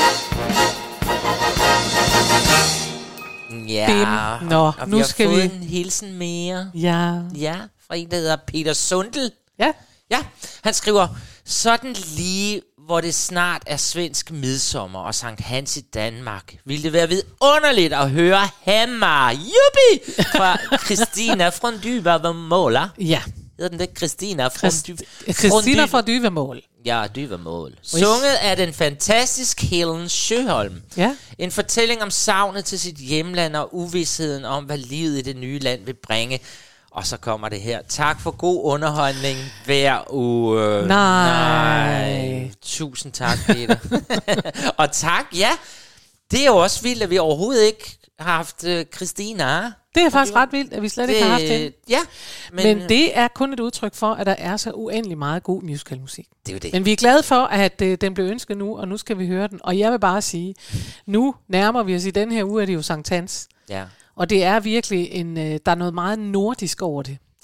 Ja, Nå, og nu vi har skal fået vi... en hilsen mere. Ja. Ja, fra en, der hedder Peter Sundel. Ja. Ja, han skriver, sådan lige, hvor det snart er svensk midsommer og Sankt Hans i Danmark, ville det være vidunderligt at høre Hammer, jubi, fra Christina fra Dyvemål. Ja. Hedder den det? Christina fra Dy- Christina fra Dyvemål. Ja, Dyvemål. Sunget af den fantastiske Helen Sjöholm. Ja. En fortælling om savnet til sit hjemland og uvidsheden om, hvad livet i det nye land vil bringe. Og så kommer det her. Tak for god underholdning hver uge. Nej. Nej. Tusind tak, Peter. Og tak, ja. Det er jo også vildt, at vi overhovedet ikke har haft uh, Christina. Det er faktisk ret vildt, at vi slet det, ikke har haft hende. Ja. Men, men det er kun et udtryk for, at der er så uendelig meget god musicalmusik. Det er jo det. Men vi er glade for, at uh, den blev ønsket nu, og nu skal vi høre den. Og jeg vil bare sige, nu nærmer vi os i den her uge, er det jo Sankt Hans. Ja. Og det er virkelig en, uh, der er noget meget nordisk over det.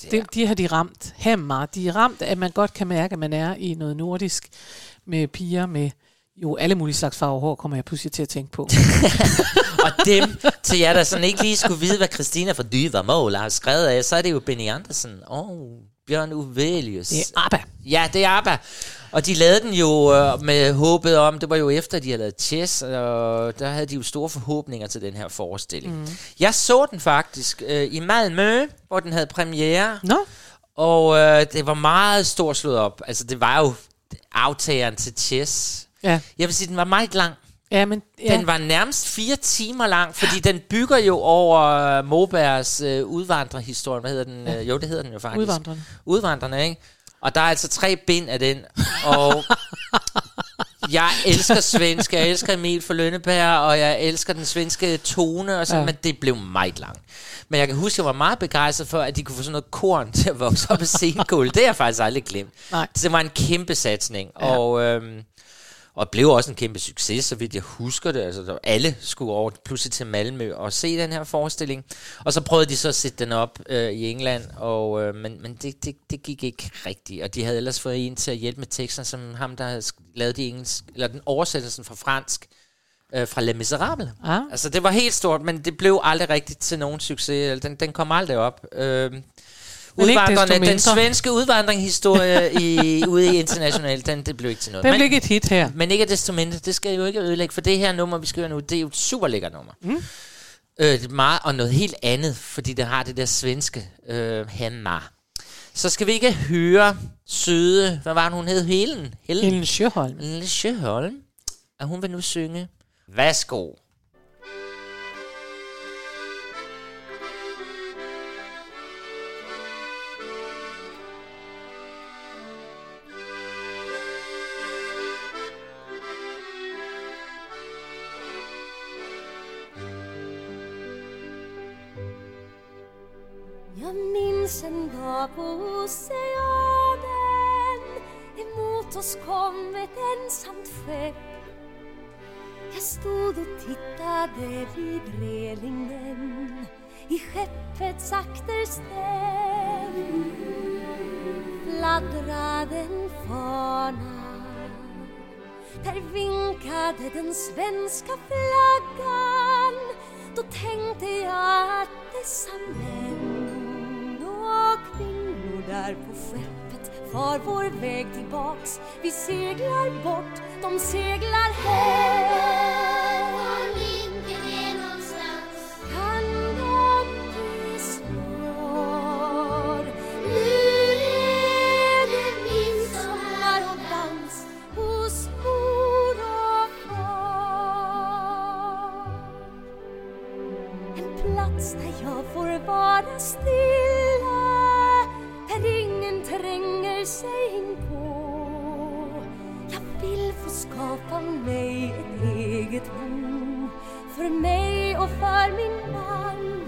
De, de har de ramt hammer. De er ramt, at man godt kan mærke, at man er i noget nordisk med piger med jo alle mulige slags farver hår, kommer jeg pludselig til at tænke på. Og dem, til jer, der sådan ikke lige skulle vide, hvad Christina fra Dyvermål har skrevet af, så er det jo Benny Andersen og oh, Bjørn Uvelius. Det er ABBA. Ja, det er ABBA. Og de lavede den jo øh, med håbet om, det var jo efter, de havde lavet Chess, og der havde de jo store forhåbninger til den her forestilling. Mm. Jeg så den faktisk øh, i Malmø, hvor den havde premiere. Nå. Og øh, det var meget stort slået op. Altså, det var jo aftageren til Chess. Ja. Jeg vil sige, den var meget lang. Ja, men, ja. Den var nærmest fire timer lang, fordi den bygger jo over uh, Mobergs uh, udvandrerhistorie. Hvad hedder den? Ja. Uh, jo, det hedder den jo faktisk. Udvandrerne. Udvandrerne, ikke? Og der er altså tre bind af den. Og jeg elsker svensk, jeg elsker Emil fra Lønneberg, og jeg elsker den svenske tone, og sådan, ja. Men det blev meget langt. Men jeg kan huske, jeg var meget begejstret for, at de kunne få sådan noget korn til at vokse op af sengulv. Det har jeg faktisk aldrig glemt. Nej. Så det var en kæmpe satsning. Ja. Og... Øhm, Og blev også en kæmpe succes, så vidt jeg husker det. Altså, alle skulle over pludselig til Malmø og se den her forestilling. Og så prøvede de så at sætte den op øh, i England, og, øh, men, men det, det, det gik ikke rigtigt. Og de havde ellers fået en til at hjælpe med teksterne, som ham, der havde lavet de engelsk, eller den oversættelsen fra fransk, øh, fra Les Misérables. Ah. Altså, det var helt stort, men det blev aldrig rigtigt til nogen succes. Den, den kom aldrig op. Øh, Udvandrerne, den svenske udvandringshistorie i, ude i internationalt, den, det blev ikke til noget. Det blev ikke et hit her. Men ikke desto mindre, det skal jo ikke ødelægge, for det her nummer, vi skal høre nu, det er jo et super lækkert nummer. Mm. Øh, meget, og noget helt andet, fordi det har det der svenske øh, hammer. Så skal vi ikke høre søde, hvad var hun hed? Helen? Helen, Helen Sjöholm. Helen Sjöholm. Og hun vil nu synge. Værsgo. Jag minns en dag på oceanen. Emot oss kom ett ensamt skepp. Jag stod och tittade vid relingen i skeppets akterställ. Fladdrade en fana. Där vinkade den svenska flaggan. Då tänkte jag att dessa män och kvinnor där på skeppet far vår väg tillbaks. Vi seglar bort, de seglar hem. Var vinkeln är någonstans? Kan de ge svar? Nu är det midsommar och dans hos mor och far. En plats där jag får vara stilla, där ingen tränger sig in på. Jag vill få skapa mig ett eget bo, för mig och för min man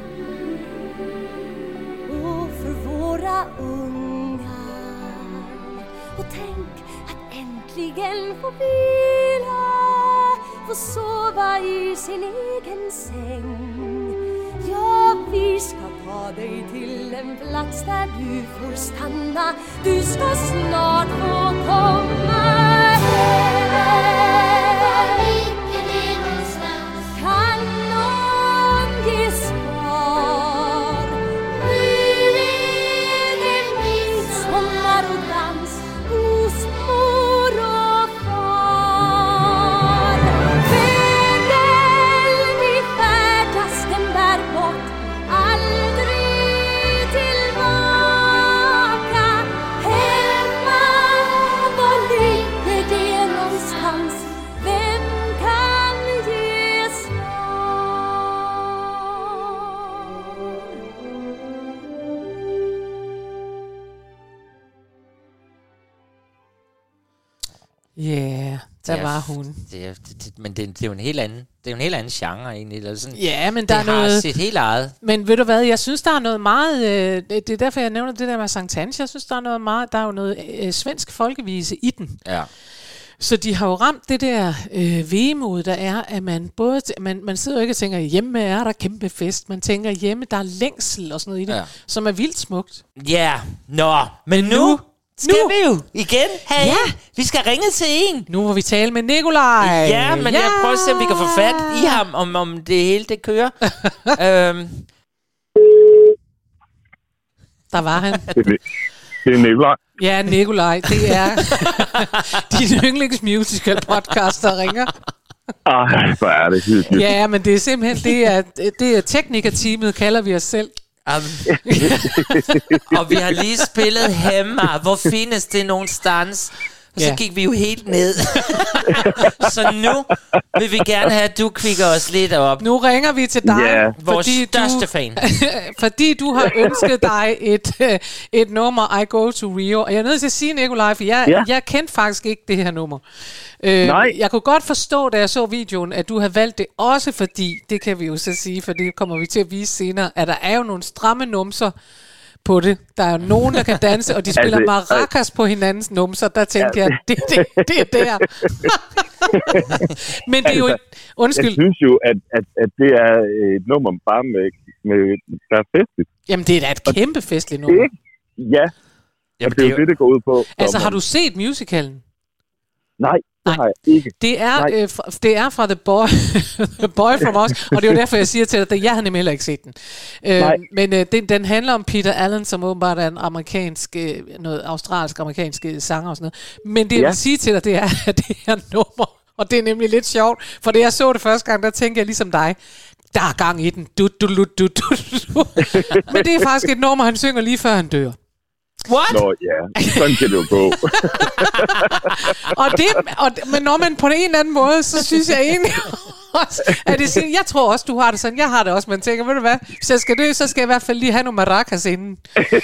och för våra ungar. Och tänk att äntligen få vila, få sova i sin egen säng. Ja, vi ska ta dig till en plats där du får stanna. Du ska snart få komma hem. Vilken är någonstans? Kan någon ge svar? Nu är det midsommar och dans hos mor och far. Vägen vi färdas den bär bort, aldrig tillbaka. Hemma, var ligger det någonstans? Vem kan ge Yeah, der Ja, var hun. Det er, det, det, men det, det er jo en helt anden, det er jo en helt anden genre egentlig. Eller sådan. Ja, men der det er har noget... sit helt eget. Men ved du hvad, jeg synes, der er noget meget... Øh, det er derfor, jeg nævner det der med Sankt Hans. Jeg synes, der er noget meget... Der er jo noget øh, svensk folkevise i den. Ja. Så de har jo ramt det der øh, vemod, der er, at man både t- man, man sidder jo ikke og tænker, hjemme er der kæmpe fest. Man tænker, hjemme der er længsel og sådan noget i det, ja. Som er vildt smukt. Ja, nå, men nu, nu skal nu. vi jo igen have ja. Vi skal ringe til en. Nu må vi tale med Nikolaj. Ja, men ja. jeg prøver at se, om vi kan få fat i ham, om, om det hele det kører. øhm. Der var han. Det er Nikolaj. Ja, Nikolaj, det er din yndlingsmusical podcast, der ringer. Ej, hvor er det hyggeligt. Ja, men det er simpelthen, det er, det er teknikerteamet, kalder vi os selv. Um, og vi har lige spillet Hemmer. Hvor findes det nogensstans? Og så ja. gik vi jo helt ned. Så nu vil vi gerne have, at du kvikker os lidt op. Nu ringer vi til dig, yeah. vores største du, fan. fordi du har ønsket dig et, et nummer, I Go to Rio. Og jeg er nødt til at sige, Nikolaj, for jeg, yeah. jeg kendte faktisk ikke det her nummer. Øh, Nej. Jeg kunne godt forstå, da jeg så videoen, at du har valgt det også fordi, det kan vi jo så sige, for det kommer vi til at vise senere, at der er jo nogle stramme numser på det. Der er jo nogen, der kan danse, og de spiller altså, maracas på hinandens numser. Der tænkte altså, jeg, det, det, det er der. Men det er jo... Altså, undskyld. Jeg synes jo, at, at, at det er et nummer bare med, med der er festligt. Jamen, det er da et kæmpe festligt nummer. Det, ja. Jamen, og det er jo det, det går ud på. Altså, har du set musicalen? Nej. Det har jeg ikke. Det er, øh, fra, det er fra The Boy, The Boy From Us, og det er jo derfor, jeg siger til dig, at jeg havde nemlig heller ikke set den. Øh, men øh, den, den handler om Peter Allen, som åbenbart er en amerikansk, øh, noget australsk-amerikansk sanger og sådan noget. Men det, jeg ja. vil sige til dig, det er, at det her nummer, og det er nemlig lidt sjovt, for da jeg så det første gang, der tænkte jeg ligesom dig, der er gang i den. Du, du, du, du, du, du. Men det er faktisk et nummer, han synger lige før han dør. What? Nå ja, sådan kan det jo gå. og det, og, men når man på en eller anden måde, så synes jeg egentlig også, at det siger, jeg tror også, du har det sådan, jeg har det også, man tænker, ved du hvad, hvis jeg skal dø, så skal jeg i hvert fald lige have nogle maracas inden.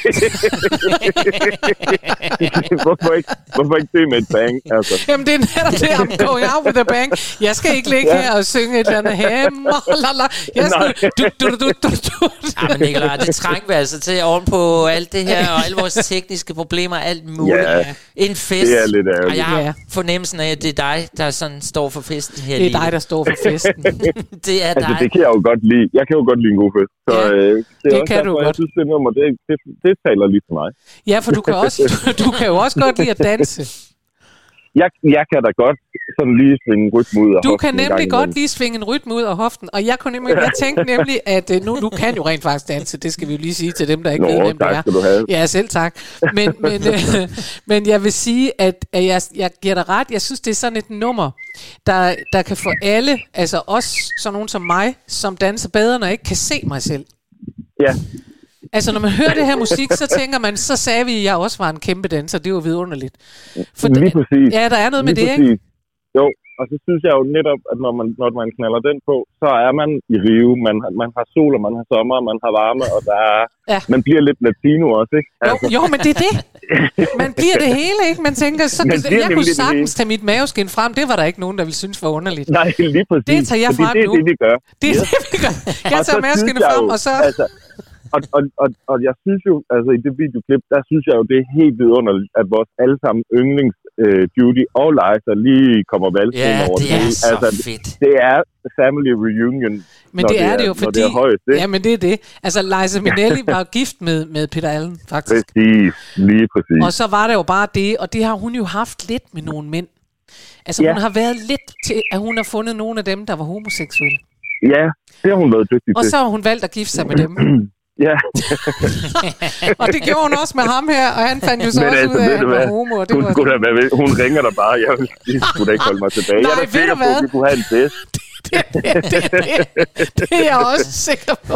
hvorfor, ikke, hvorfor ikke det med et bang? Altså. Jamen det er netop det, I'm going out with a bang. Jeg skal ikke ligge ja. her og synge et eller andet hemmer, lala. Jeg skal, du, du, du, du, du. Ja, men Nikolaj, det trænger vi altså til oven på alt det her, og alle vores tekniske problemer, alt muligt. Ja, en fest. Det er lidt ærgerligt. Og jeg har fornemmelsen af, at det er dig, der sådan står for festen her. Det er dig, der står for festen. Det er dig. Altså, det kan jeg jo godt lide. Jeg kan jo godt lide en god fest. Så, ja, øh, det, det er også kan derfor, du godt. Jeg synes, det nummer, det, det, det taler lige til mig. Ja, for du kan, også, du, du kan jo også godt lide at danse. Jeg, jeg kan da godt sådan lige svinge en rytme ud af du hoften. Du kan nemlig godt lige svinge en rytme ud af hoften. Og jeg, kunne nemlig, jeg tænkte nemlig, at uh, nu du kan jo rent faktisk danse. Det skal vi jo lige sige til dem, der ikke Nå, ved, hvem tak, det er. Skal du have. Ja, selv tak. Men, men, uh, men jeg vil sige, at, at jeg, jeg giver dig ret. Jeg synes, det er sådan et nummer, der, der kan få alle, altså også sådan nogen som mig, som danser bedre, når jeg ikke kan se mig selv. Ja. Altså, når man hører det her musik, så tænker man, så sagde vi, at jeg også var en kæmpe danser. Det var vidunderligt. For lige præcis. Ja, der er noget lige med det, præcis. ikke? Jo, og så synes jeg jo netop, at når man, når man knaller den på, så er man i Rio. Man, man har sol, og man har sommer, man har varme, og der er, ja. man bliver lidt latino også, ikke? Altså. Jo, jo, men det er det. Man bliver det hele, ikke? Man tænker, så man jeg kunne sagtens tage mit maveskin frem. Det var der ikke nogen, der ville synes var underligt. Nej, lige præcis. Det tager jeg frem det, nu. Det er det, vi gør. Det er det, vi gør. Jeg tager maveskinnet frem, og så... Altså, Og, og, og, og jeg synes jo, altså i det videoklip, der synes jeg jo, det er helt vidunderligt, at vores allesammen yndlings uh, Judy og Liza lige kommer valgstuen ja, over det. Ja, det er så altså, fedt. Det, det er family reunion, men det, det er det jo, fordi... Det er højst, det. Ja, men det er det. Altså, Liza Minnelli var gift med, med Peter Allen, faktisk. Præcis, lige præcis. Og så var det jo bare det, og det har hun jo haft lidt med nogle mænd. Altså, ja. hun har været lidt til, at hun har fundet nogle af dem, der var homoseksuelle. Ja, det har hun været dygtig til. Og så har hun valgt at gifte sig med dem. Ja. Og det gjorde hun også med ham her, og han fandt jo så også altså, ud af, at han var homo. Og det hun, var skulle da, hun ringer der bare, jeg skulle da ikke holde mig tilbage. Nej, jeg er da sikker på, at vi kunne have en fest. Det, det, det, det, det er jeg også sikker på.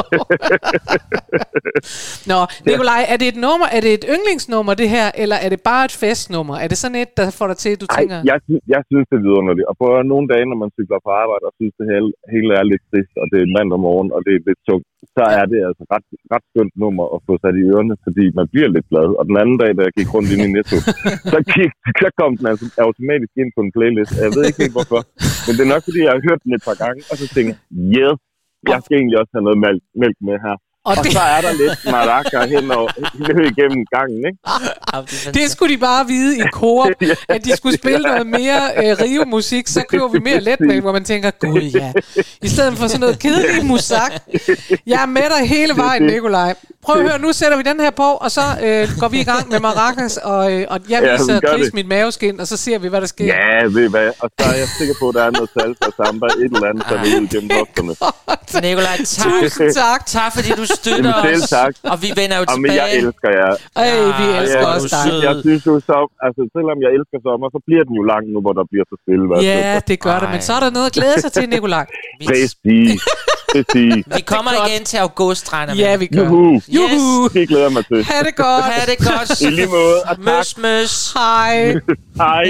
Nå, Nikolaj, er det et nummer, er det et yndlingsnummer det her, eller er det bare et festnummer? Er det sådan et, der får dig til, at du Ej, tænker... jeg, jeg synes, det er vidunderligt. Og på nogle dage, når man cykler på arbejde, og synes, det hele, hele er lidt trist, og det er mandag morgen, og det er lidt tungt, så er det altså ret, ret skønt nummer at få sat i ørerne, fordi man bliver lidt glad. Og den anden dag, da jeg gik rundt ind i Netto, så, gik, så kom den altså automatisk ind på en playlist. Jeg ved ikke helt hvorfor, men det er nok, fordi jeg har hørt den et par gange, og så tænker jeg, yes, jeg skal egentlig også have noget mælk, mælk med her. Og, og det... så er der lidt maraca hen og igennem gangen, ikke? Det skulle de bare vide i kor, at de skulle spille noget mere øh, Rio-musik, så køber vi mere letmælk, hvor man tænker, gud ja, i stedet for sådan noget kedelig musak. Jeg er med dig hele vejen, Nikolaj. Prøv at høre, nu sætter vi den her på, og så øh, går vi i gang med maracas, og, øh, og jeg viser ja, Chris mit maveskin, og så ser vi, hvad der sker. Ja, ved hvad, og så er jeg sikker på, at der er noget salsa og samba, et eller andet, der vil ud gennem hofterne. Nikolaj, tak. Tusind tak. Tak, fordi du støtter os. Selv tak. Og vi vender jo Jamen, tilbage. jeg elsker jer. Ej, vi elsker ja, også dig. Jeg synes jo så, altså selvom jeg elsker sommer, så bliver den jo lang nu, hvor der bliver så stille. Ja, det gør det, men så er der noget at glæde sig til, Nikolaj. Præcis. Præcis. Vi kommer igen til august, regner vi. Ja, vi gør. Juhu. Juhu. Det glæder mig til. Ha' det godt. Ha' det godt. I lige måde. Og tak. Møs, møs. Hej. Hej.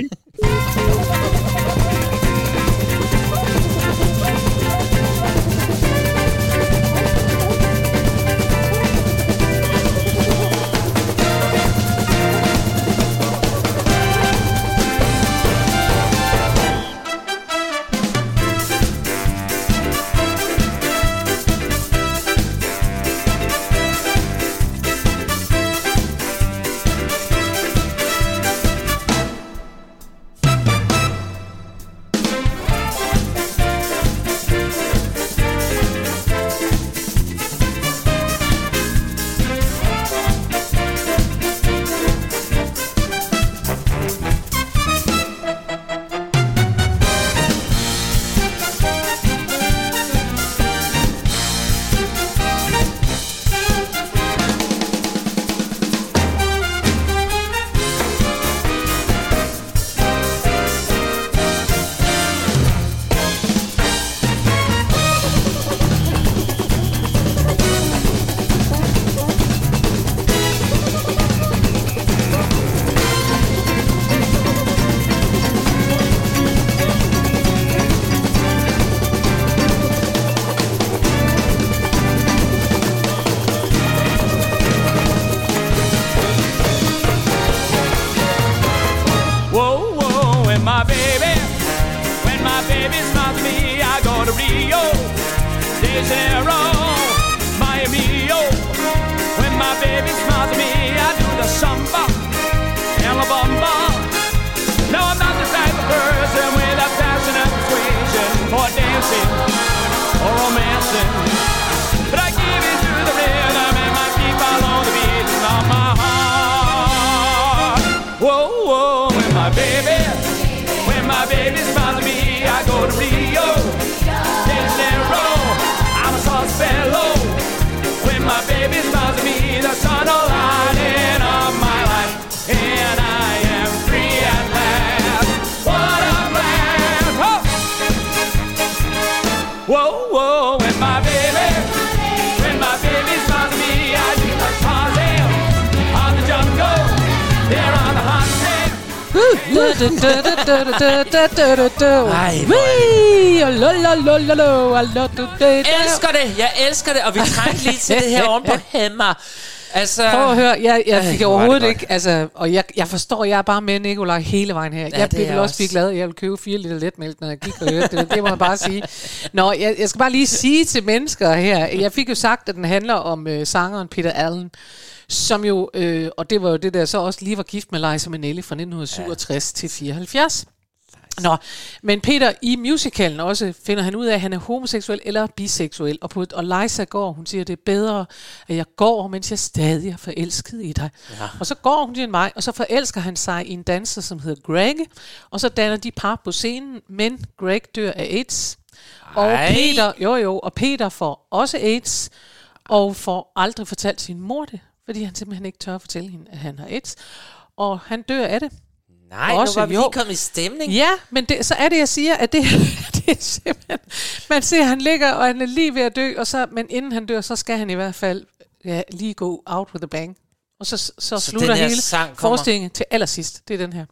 Jeg elsker det, jeg elsker det, og vi trængte lige til det her oven på hæmmer. Altså, prøv at høre, jeg, jeg fik øh, overhovedet ikke, altså, og jeg, jeg forstår, jeg er bare med Nikolaj hele vejen her. Ja, jeg blev vel også også blive glad, jeg vil købe fire liter letmælk, når jeg gik og hørte det. Det må jeg bare sige. Nå, jeg, jeg skal bare lige sige til mennesker her, jeg fik jo sagt, at den handler om øh, sangeren Peter Allen, som jo, øh, og det var jo det der, så også lige var gift med Liza Minnelli fra nitten syvogtres ja. til fireoghalvfjerds. Nå, men Peter, i musicalen også finder han ud af, at han er homoseksuel eller biseksuel. Og, på, og Liza går, hun siger, det er bedre, at jeg går, mens jeg stadig er forelsket i dig. Ja. Og så går hun til en vej, og så forelsker han sig i en danser, som hedder Greg. Og så danner de par på scenen, men Greg dør af AIDS. Ej. Og Peter, jo jo, og Peter får også AIDS, og får aldrig fortalt sin mor det, fordi han simpelthen ikke tør at fortælle hende, at han har AIDS. Og han dør af det. Nej, også, nu var vi lige kommet i stemning. Ja, men det, så er det, jeg siger, at det, det er simpelthen... Man ser, at han ligger, og han er lige ved at dø, og så, men inden han dør, så skal han i hvert fald ja, lige gå out with a bang. Og så, så, så slutter hele forestillingen til allersidst. Det er den her.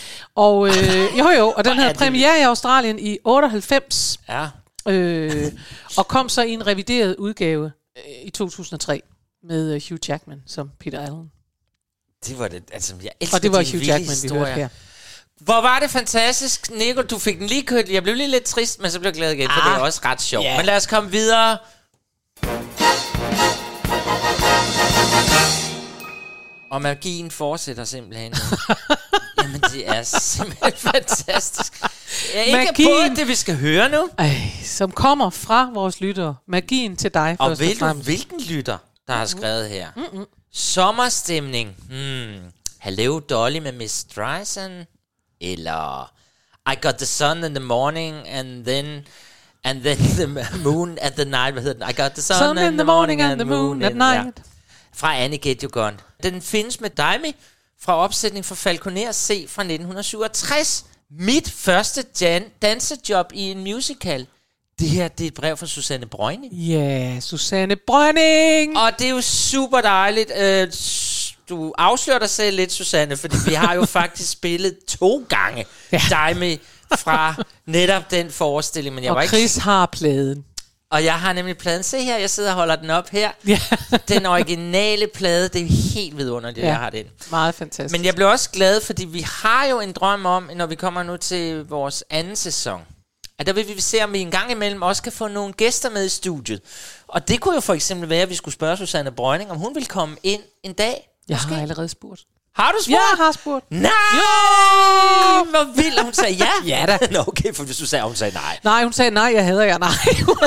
Og øh, jo jo, og den havde premiere i Australien i otteoghalvfems. Ja. Øh, og kom så i en revideret udgave øh, i to tusind og tre med uh, Hugh Jackman som Peter Allen. Det var det, altså jeg elsker og det var de Hugh Jackman, historier. vi hørte her. Hvor var det fantastisk, Nico, du fik den lige kørt. Jeg blev lige lidt trist, men så blev jeg glad igen, ah, for det er også ret sjovt. Yeah. Men lad os komme videre. Og magien fortsætter simpelthen. Jamen, det er simpelthen fantastisk. Jeg er ikke Magien. på det, vi skal høre nu. Ej, som kommer fra vores lyttere. Magien til dig. Og først ved du, fremmest. hvilken lytter, der har skrevet her? Mm-mm. Sommerstemning. Hmm. Hello Dolly med Miss Streisand. Eller I got the sun in the morning and then and then the moon at the night. Hvad hedder den? I got the sun, sun in, in the morning and the moon at night. Ja. Fra Annie Get You Gone. Den findes med Daimi fra opsætning for Falconer C fra nitten syvogtres. Mit første jan- dansejob i en musical. Det her, det er et brev fra Susanne Breuning. Ja, yeah, Susanne Breuning! Og det er jo super dejligt. Øh, du afslører dig selv lidt, Susanne, fordi vi har jo faktisk spillet to gange ja. Daimi fra netop den forestilling. Men jeg og var ikke... Chris har pladen. Og jeg har nemlig pladen. Se her, jeg sidder og holder den op her. Ja. Den originale plade, det er helt vidunderligt, ja. Jeg har den. Meget fantastisk. Men jeg blev også glad, fordi vi har jo en drøm om, når vi kommer nu til vores anden sæson, at der vil vi se, om vi en gang imellem også kan få nogle gæster med i studiet. Og det kunne jo for eksempel være, at vi skulle spørge Susanne Breuning, om hun ville komme ind en dag. Jeg måske. har allerede spurgt. Har du spurgt? Jeg har spurgt. Nej! Jo! Hvor vildt, hun sagde ja. Ja da. Nå, okay, for hvis du sagde, hun sagde nej. Nej, hun sagde nej, jeg hader jer, nej.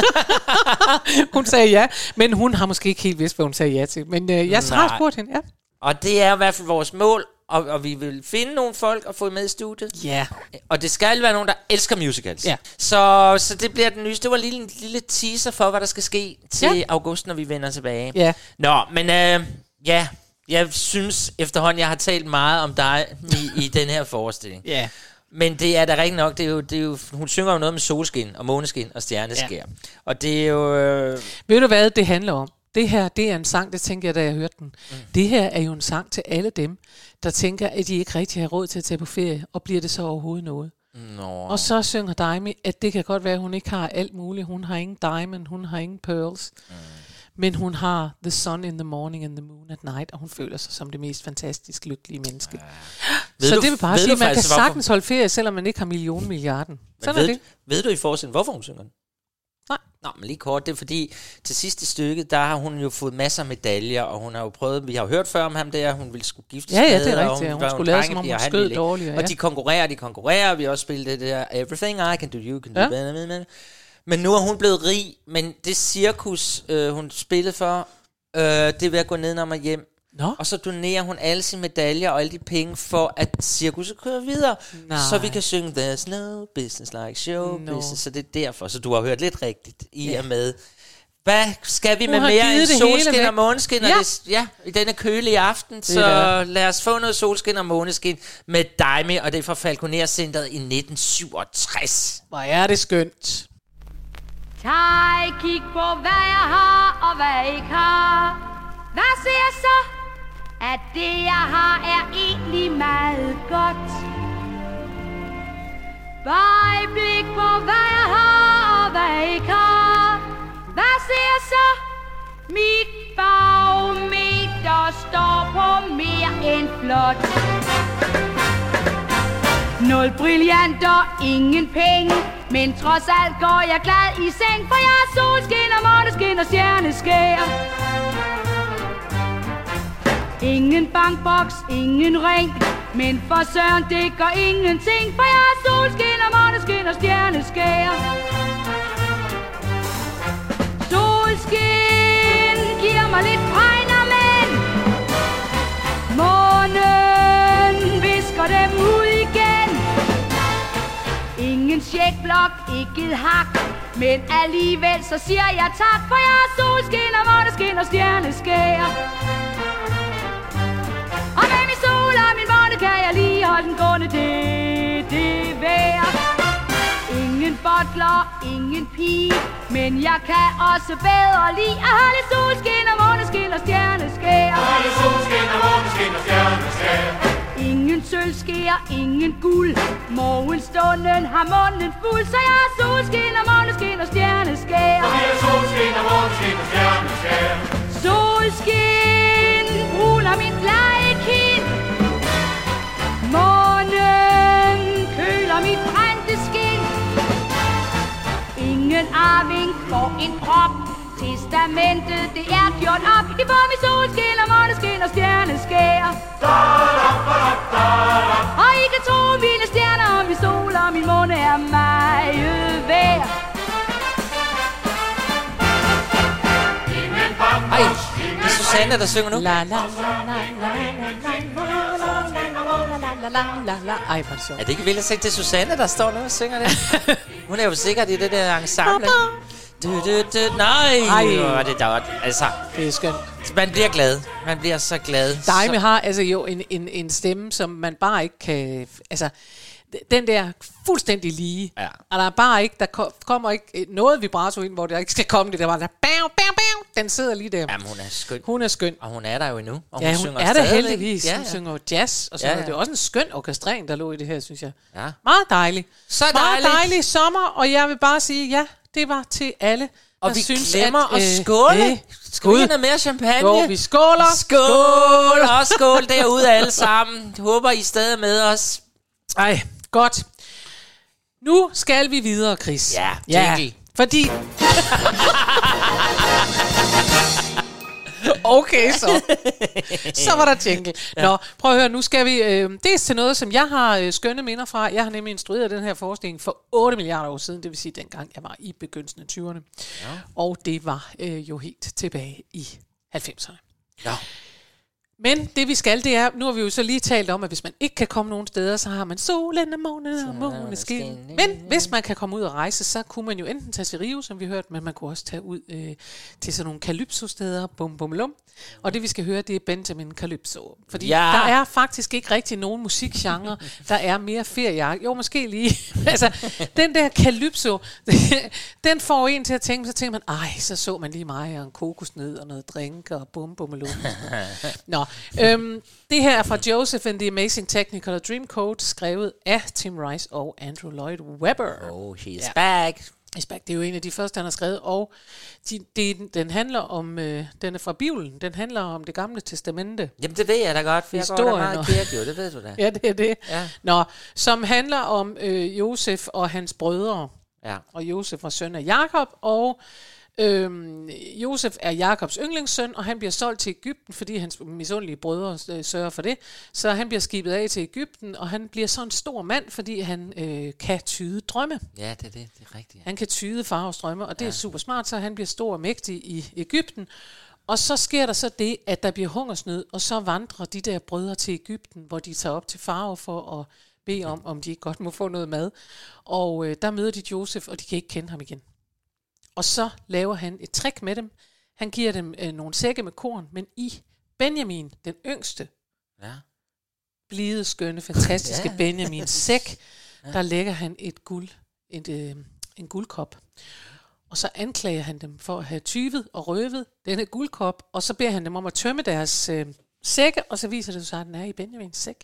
Hun sagde ja, men hun har måske ikke helt vidst, hvad hun sagde ja til. Men øh, jeg har spurgt hende, ja. Og det er i hvert fald vores mål, og, og vi vil finde nogle folk og få med i studiet. Ja. Og det skal være nogen, der elsker musicals. Ja. Så, så det bliver den nye. Det var en lille, lille teaser for, hvad der skal ske til Ja. august, når vi vender tilbage. Ja. Nå, men øh, ja, jeg synes efterhånden, jeg har talt meget om dig i, i den her forestilling. Ja. Men det er da rigtig nok, det er jo, det er jo, hun synger jo noget med solskin og måneskin og stjerneskær. Ja. Og det er jo... Øh... Ved du hvad det handler om? Det her, det er en sang, det tænker jeg, da jeg hørte den. Mm. Det her er jo en sang til alle dem, der tænker, at de ikke rigtig har råd til at tage på ferie, og bliver det så overhovedet noget. Nå. Og så synger Daimi, at det kan godt være, at hun ikke har alt muligt. Hun har ingen diamond, hun har ingen pearls. Mm. Men hun har the sun in the morning and the moon at night, og hun føler sig som det mest fantastisk lykkelige menneske. Ja. Så du, det vil bare sige, at man kan hvorfor? sagtens holde ferie, selvom man ikke har million-milliarden. Sådan ved, er det. Ved du i forestillingen, hvorfor hun synger den? Nej. Nå, men lige kort, det er fordi, til sidste stykke, der har hun jo fået masser af medaljer, og hun har jo prøvet, vi har jo hørt før om ham der, hun ville skulle giftes ja, ja, med, det er og rigtigt, hun, hun skulle lade som om hun skød dårligere. Ja. Og de konkurrerer, de konkurrerer, vi har også spillet det der, everything I can do, you can do, ja. Better, better. Men nu er hun blevet rig, men det cirkus, øh, hun spillede for, øh, det er ved at gå nedenom og hjem. Nå. Og så donerer hun alle sine medaljer og alle de penge for, at cirkuset kører videre. Nej. Så vi kan synge There's no business like show no. business. Så det er derfor. Så du har hørt lidt rigtigt i ja. og med. Hvad skal vi hun med mere end solskin og måneskin? Ja. Det, ja, i denne kølige aften. Så lad os få noget solskin og måneskin med Daimi, og det er fra Falconer Centeret i nitten syvogtres. Hvor er det skønt. Tag kig på, hvad jeg har og hvad jeg ikke har. Hvad ser jeg så? At det jeg har er egentlig meget godt. Bare et blik på, hvad jeg har og hvad jeg ikke har. Hvad ser jeg så? Mit barometer står på mere end flot. Nul brillanter, ingen penge, men trods alt går jeg glad i seng, for jeg har solskin og måneskin og stjerneskær. Ingen bankboks, ingen ring, men for søren det gør ingenting, for jeg har solskin og måneskin og stjerneskær. Solskin giver mig lidt pegner, men månen visker dem ud igen. Ingen checkblok, ikke et hak, men alligevel så siger jeg tak, for jeg har solskin og måneskin og stjerneskær. Og med min sol og min måne kan jeg lige holde den gående, det, det vær. Ingen butler, ingen pige, men jeg kan også bedre lide at holde solskin og måneskin og stjerneskær. Holde solskin og måneskin og stjerneskær. Ingen sølvskær, ingen guld, morgenstunden har munden fuld, så jeg har solskin og måneskin og stjerneskær. Og vi har solskin og måneskin og stjerneskær. Solskin bruner min blege kind, månen køler mit brændte skin. Ingen arving får en prop, testamentet det er gjort op, i form i vi solskin og måneskin og stjerneskær. Og I kan tro mine stjerner, om vi sol og min måne er meget værd. Ej, det er Susanne, der synger nu. La la la la la la la la la. Ej, hvor sjovt. Er det ikke vildt at se, det er Susanne, der står nu og synger det? Hun er jo sikkert i det der ensemble. Du, du, du, nej, Ej. det er altså. Det er skønt. Man bliver glad. Man bliver så glad. Daimi har altså jo en, en, en stemme, som man bare ikke kan... Altså, den der fuldstændig lige. Ja. Og der er bare ikke... Der kommer ikke noget vibrato ind, hvor der ikke skal komme det. Der bare der... Bam, bam, bam. Den sidder lige der. Jamen, hun er skøn. Hun er skøn. Og hun er der jo endnu. Og ja, hun, hun synger er der stadigvæk. heldigvis. Ja, ja. Hun synger jo jazz og sådan Ja, noget. ja. Det er også en skøn orkestrering, der lå i det her, synes jeg. Ja. Meget dejligt. Så Meget dejligt. dejlig sommer, og jeg vil bare sige, ja, det var til alle, Og der vi synes, glemmer at, at skåle. Øh, Skal vi ikke have noget mere champagne? Jo, vi skåler. Skål! Og skål derude alle sammen. Håber, I stadig er med os. Ej, godt. Nu skal vi videre, Chris. Ja, ja jingle. fordi... Okay, så. Så var der jingle. Nå, prøv at høre, nu skal vi... Øh, dels til noget, som jeg har øh, skønne minder fra. Jeg har nemlig instrueret den her forestilling for otte milliarder år siden. Det vil sige, dengang jeg var i begyndelsen af tyverne. Ja. Og det var øh, jo helt tilbage i halvfemserne. Ja. Men det vi skal, det er, nu har vi jo så lige talt om, at hvis man ikke kan komme nogen steder, så har man solen og månen og måneskin. Men hvis man kan komme ud og rejse, så kunne man jo enten tage til Rio, som vi hørte, men man kunne også tage ud øh, til sådan nogle Calypso-steder, bum bum lum. Og det vi skal høre, det er Benjamin Calypso. Fordi Ja. der er faktisk ikke rigtig nogen musikgenre, der er mere ferie. Jo, måske lige. Altså, den der Calypso, den får en til at tænke, så tænker man, ej, så så man lige mig og en kokosnød og noget drink og bum bum lum. Nå, øhm, det her er fra Joseph and the Amazing Technicolor Dreamcoat, skrevet af Tim Rice og Andrew Lloyd Webber. Oh, he's Ja. back. He's back. Det er jo en af de første, han har skrevet, og de, de, den handler om, øh, den er fra Bibelen, den handler om det gamle testamente. Jamen, det ved jeg da godt, for jeg går da meget i kirke, jo, det ved du da. Ja, det er det. Ja. Nå, som handler om øh, Josef og hans brødre. Ja. Og Josef var søn af Jakob, og Øhm, Josef er Jakobs yndlingssøn, og han bliver solgt til Egypten, fordi hans misundelige brødre øh, sørger for det. Så han bliver skibet af til Egypten, og han bliver så en stor mand, fordi han øh, kan tyde drømme. Ja, det er det, det er rigtigt. Han kan tyde faraos drømme, og det Ja. er super smart, så han bliver stor og mægtig i Egypten. Og så sker der så det, at der bliver hungersnød, og så vandrer de der brødre til Egypten, hvor de tager op til farao for at bede om, om de ikke godt må få noget mad. Og øh, der møder de Josef, og de kan ikke kende ham igen. Og så laver han et trick med dem. Han giver dem øh, nogle sække med korn, men i Benjamin, den yngste, Ja. blide, skønne, fantastiske Ja. Benjamins sæk, der lægger han et guld, et, øh, en guldkop. Og så anklager han dem for at have tyvet og røvet denne guldkop, og så beder han dem om at tømme deres øh, sække, og så viser det sig, at den er i Benjamins sæk.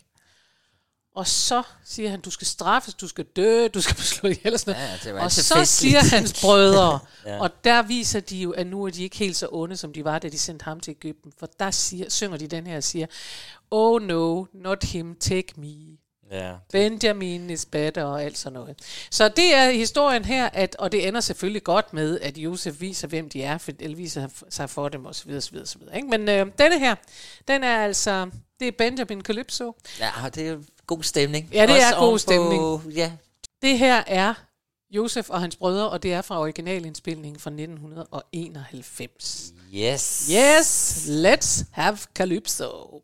Og så siger han, du skal straffes, du skal dø, du skal slå ihjel og sådan noget. Ja, det var Og altid så festligt. siger hans brødre, Ja. og der viser de jo, at nu er de ikke helt så onde, som de var, da de sendte ham til Egypten. For der siger, synger de den her og siger, oh no, not him, take me. Ja. Benjamin is better og alt sådan noget. Så det er historien her, at, og det ender selvfølgelig godt med, at Josef viser, hvem de er, for, eller viser sig for dem osv. osv., osv. Ikke? Men øh, denne her, den er altså, det er Benjamin Calypso. Ja, og det er god stemning. Ja, det Også er god ovenpå- stemning. Ja. Det her er Josef og hans brødre, og det er fra originalindspilningen fra nitten enoghalvfems. Yes. Yes, let's have Calypso.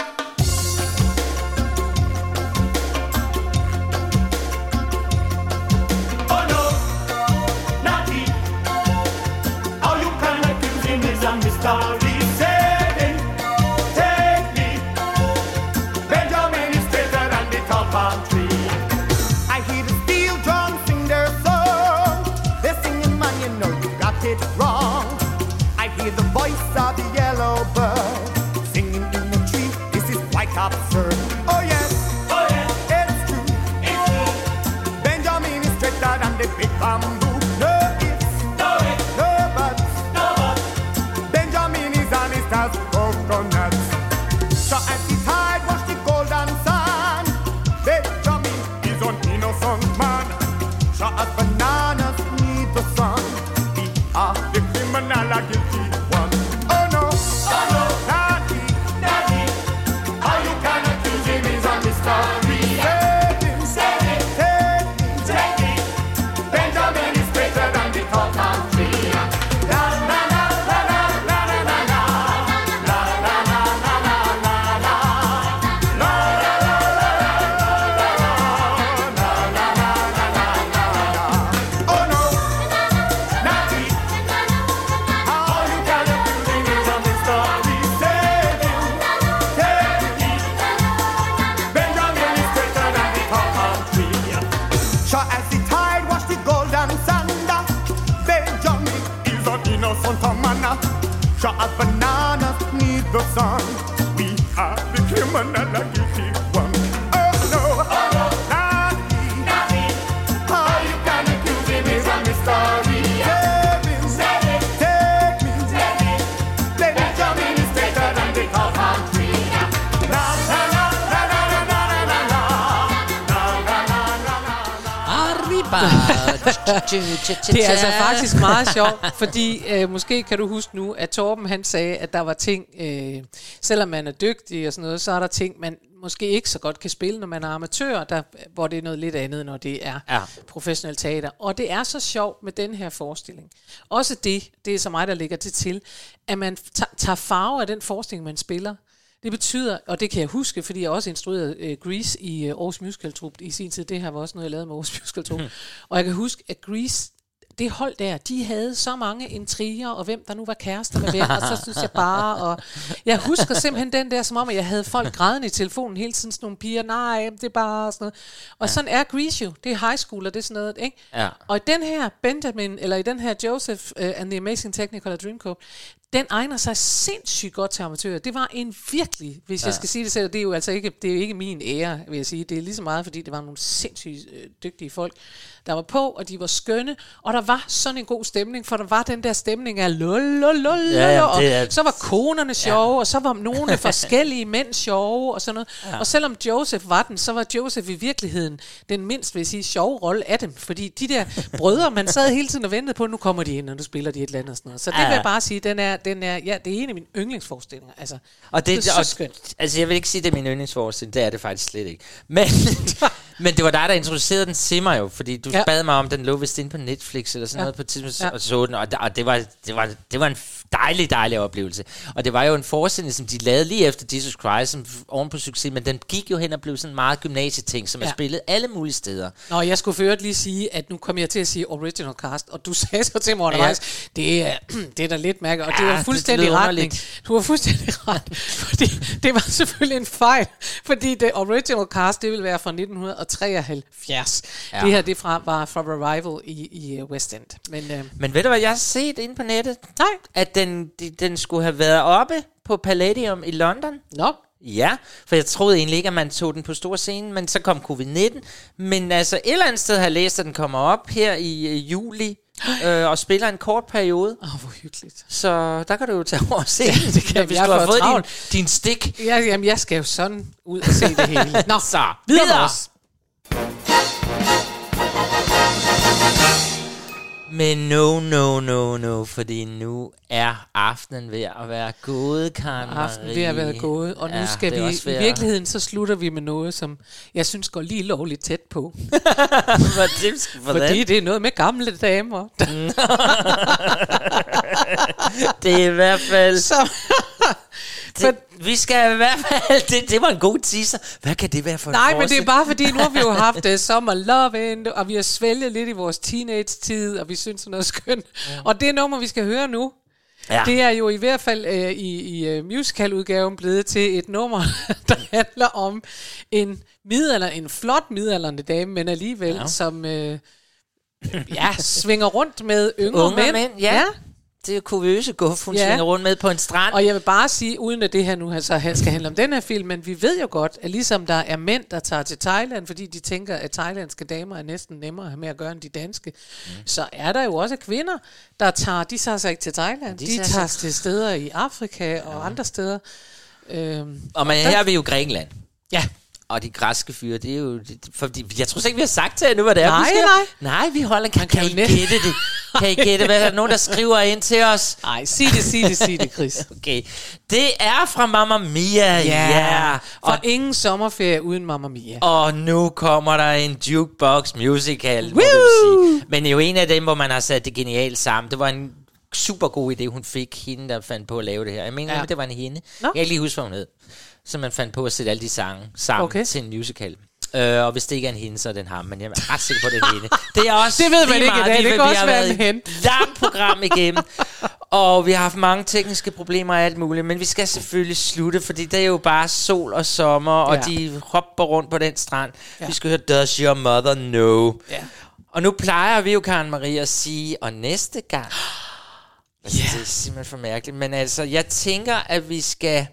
Oh no, not he. How you can accuse him is a mystery. Saving, take me. Benjamin is straighter than the tall palm tree. I hear the steel drums sing their song. They're singing, man, you know you got it wrong. I hear the voice of the yellow bird singing in the tree. This is quite absurd. Oh yes, oh yes, it's true. It's true. Benjamin is straighter than the big bamboo. No ifs, no ifs, no buts, no buts. Benjamin is honest as coconuts. So as the tide wash the golden sand, Benjamin is an innocent man. So as bananas need the sun, we are the criminal, a guilty one. Oh no, oh no, mystery. Save him, save him, take me, take me. Benjamin is better than the cotton tree. La la la la la la la la la. La la la la la la la. La la la la la la la. La la la la la la la. Oh no, not me. All you gotta do is a mystery. Save him, take me. Benjamin is better than the cotton tree. Sure as the tide washed the golden sander, Benjamin is an innocent man. Sure as bananas need the sun, we are the criminal and guilty one. Oh no, oh no, not me, not me. All you can accuse him is a mystery. Save him, save him, take me, take me. Benjamin is better than the cotton tree. La la la la la la la la la. La la la la la. Arriba. Det er altså faktisk meget sjovt, fordi øh, måske kan du huske nu, at Torben han sagde, at der var ting, øh, selvom man er dygtig og sådan noget, så er der ting, man måske ikke så godt kan spille, når man er amatør, der, hvor det er noget lidt andet, når det er Ja. professionelt teater. Og det er så sjovt med den her forestilling. Også det, det er så mig, der lægger det til, at man ta- tager farve af den forestilling, man spiller. Det betyder, og det kan jeg huske, fordi jeg også instruerede øh, Grease i øh, Aarhus Musical Troupe i sin tid. Det her var også noget, jeg lavede med Aarhus Musical Troupe. Mm. Og jeg kan huske, at Grease, det hold der, de havde så mange intriger, og hvem der nu var kærester med hvem, og så synes jeg bare, og jeg husker simpelthen den der, som om, at jeg havde folk grædende i telefonen hele tiden, sådan nogle piger, nej, det er bare sådan noget. Og ja. Sådan er Grease jo, det er high school, og det er sådan noget, ikke? Ja. Og i den her Benjamin, eller i den her Joseph uh, and the Amazing Technicolor Dreamcoat, den egner sig sindssygt godt til amatører. Det var en virkelig, hvis ja. jeg skal sige det selv, det er jo altså ikke, det er jo ikke min ære, vil jeg sige. Det er lige så meget, fordi det var nogle sindssygt øh, dygtige folk, der var på, og de var skønne, og der var sådan en god stemning, for der var den der stemning af lulululul, Ja, ja, og det er- så var konerne sjove, ja. og så var nogle forskellige mænd sjove, og sådan noget. Ja. Og selvom Joseph var den, så var Joseph i virkeligheden den mindst, vil jeg sige, sjove rolle af dem, fordi de der brødre, man sad hele tiden og ventede på, nu kommer de ind, og nu spiller de et eller andet og sådan noget. Så det Ja. vil jeg bare sige, den er, den er, ja, det er en af mine yndlingsforestillinger. Altså, Og det, det er så og, skønt. altså jeg vil ikke sige, det er min yndlingsforestilling, det er det faktisk slet ikke. Men, men det var dig, der introducerede den til mig jo, fordi du Ja. ja. bad mig om, den lå vist inde på Netflix eller sådan Ja. noget på et tidspunkt, Ja. og så den, og, det- og det, var, det, var, det var en dejlig, dejlig oplevelse. Og det var jo en forestilling, som de lavede lige efter Jesus Christ, som f- oven på succes, men den gik jo hen og blev sådan en meget gymnasieting, som ja. Ja. er spillet alle mulige steder. Nå, jeg skulle for øvrigt lige sige, at nu kom jeg til at sige original cast, og du sagde så til mig undervejs, ja. det, er, det er da lidt mærkeligt, og Ja, det var det fuldstændig lyder retning. underligt. Du var fuldstændig ret, fordi det var selvfølgelig en fejl, fordi det original cast, det ville være fra nitten treoghalvfjerds. Ja. Det her, det fra, var fra Revival i, i West End. Men, øh, Men ved du hvad, jeg har set inde på nettet, nej. at den, de- den skulle have været oppe på Palladium i London. Nå. Ja, for jeg troede egentlig ikke, at man tog den på stor scene, men så kom covid nitten. Men altså et eller andet sted har jeg læst, at den kommer op her i øh, juli øh, og spiller en kort periode. Åh, oh, hvor hyggeligt. Så der kan du jo tage over og se Ja, den, det kan jeg. hvis Jeg du er har for fået din, travlt. din stik. Ja, jamen, jeg skal jo sådan ud og se det hele. Nå, Så, videre. videre. Os. Men no, no, no, no, fordi nu er aftenen ved at være gået, Karen Marie. Aften ved at være gået, og nu Ja, skal det er vi, også ved i at- virkeligheden så slutter vi med noget, som jeg synes går lige lovligt tæt på. Hvad det skal- hvordan? Fordi det er noget med gamle damer. Det er i hvert fald... Så, det, vi skal i hvert fald... Det, det var en god teaser. Hvad kan det være for en nej, men det er forestilling? bare fordi, nu har vi jo haft uh, Summer Love In, og vi har svælget lidt i vores teenage-tid, og vi synes sådan noget skønt. Ja. Og det nummer, vi skal høre nu, Ja. det er jo i hvert fald uh, i, i uh, musicaludgaven blevet til et nummer, der handler om en middelalder, en flot midaldrende dame, men alligevel, Ja. som uh, ja, svinger rundt med yngre Unge mænd. mænd, ja. Det er kuvøse guf, hun Ja. svinger rundt med på en strand. Og jeg vil bare sige, uden at det her nu så skal handle om den her film, men vi ved jo godt, at ligesom der er mænd, der tager til Thailand, fordi de tænker, at thailandske damer er næsten nemmere at have med at gøre end de danske, mm. så er der jo også kvinder, der tager, de tager sig ikke til Thailand, De de, de tager tager sig- til steder i Afrika og ja. andre steder. Øhm, Og men her er vi jo Grækenland. Ja. Og de græske fyre, det er jo... Det, fordi, jeg tror ikke, vi har sagt til jer nu, hvad det er. Nej, vi skal. nej. Nej, vi holder... Kan, kan kan jo I net- gætte det? Kan I gætte, hvad der er nogen, der skriver ind til os? Nej, sig det, sig det, sig det, Chris. Okay. Det er fra Mamma Mia, ja. Yeah. Og og ingen sommerferie uden Mamma Mia. Og nu kommer der en jukebox musical, må du sige. Men jo en af dem, hvor man har sat det genialt sammen. Det var en super god idé, hun fik, hende, der fandt på at lave det her. Jeg mener, ja. det var en hende. No? Jeg kan ikke lige huske, hvad hun hed. Så man fandt på at sætte alle de sange sammen okay. til en musical. Øh, og hvis det ikke er en hende, så er det en ham. Men jeg er ret sikker på, det er en hende. Det er også det ved man ikke i dag. Det kan også være en hende. Langt program igennem. Og vi har haft mange tekniske problemer og alt muligt. Men vi skal selvfølgelig slutte, fordi det er jo bare sol og sommer, og ja. de hopper rundt på den strand. Ja. Vi skal høre Does Your Mother Know? Ja. Og nu plejer vi jo, Karen Marie, at sige, og næste gang... Altså, yeah. Det er simpelthen for mærkeligt. Men altså, jeg tænker, at vi skal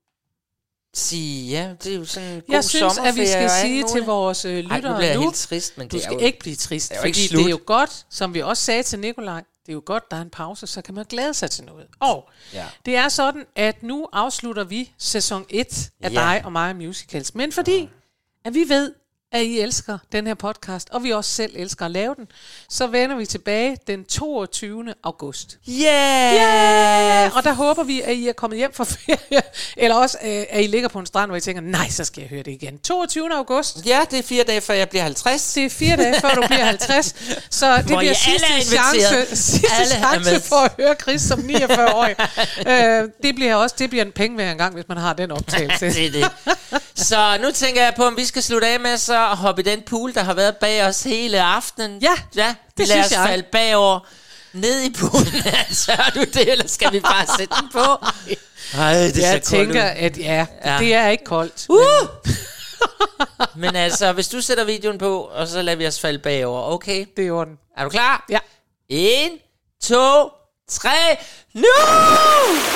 sige, ja, det er jo sådan en god jeg synes, sommerferie. At vi skal sige til vores øh, lyttere nu, Ej, nu helt trist, men du det skal jo, ikke blive trist, det fordi det er jo godt, som vi også sagde til Nikolaj, det er jo godt, der er en pause, så kan man glæde sig til noget. Og ja. det er sådan, at nu afslutter vi sæson et af ja. dig og mig musicals. Men fordi, at vi ved, at I elsker den her podcast, og vi også selv elsker at lave den, så vender vi tilbage den toogtyvende august. Yeah! Yeah! Og der håber vi, at I er kommet hjem fra ferie, eller også, at I ligger på en strand, hvor I tænker, nej, så skal jeg høre det igen. toogtyvende august. Ja, det er fire dage, før jeg bliver halvtreds. Det er fire dage, før du bliver halvtreds. Så det hvor bliver sidste chance, sidste chance for at høre Chris som niogfyrre-årig. uh, det bliver også det bliver en penge hver gang, hvis man har den optagelse. Det er det. Så nu tænker jeg på, om vi skal slutte af med så at hoppe i den pool, der har været bag os hele aftenen. Ja, ja vi det lader os jeg. falde bagover ned i poolen. Sørger du det, eller skal vi bare sætte den på? Ej, det jeg tænker, at ja, ja, det er ikke koldt. Uh! Men... men altså, hvis du sætter videoen på, og så lader vi os falde bagover, okay? Det er i orden. Er du klar? Ja. En, to, tre, nu!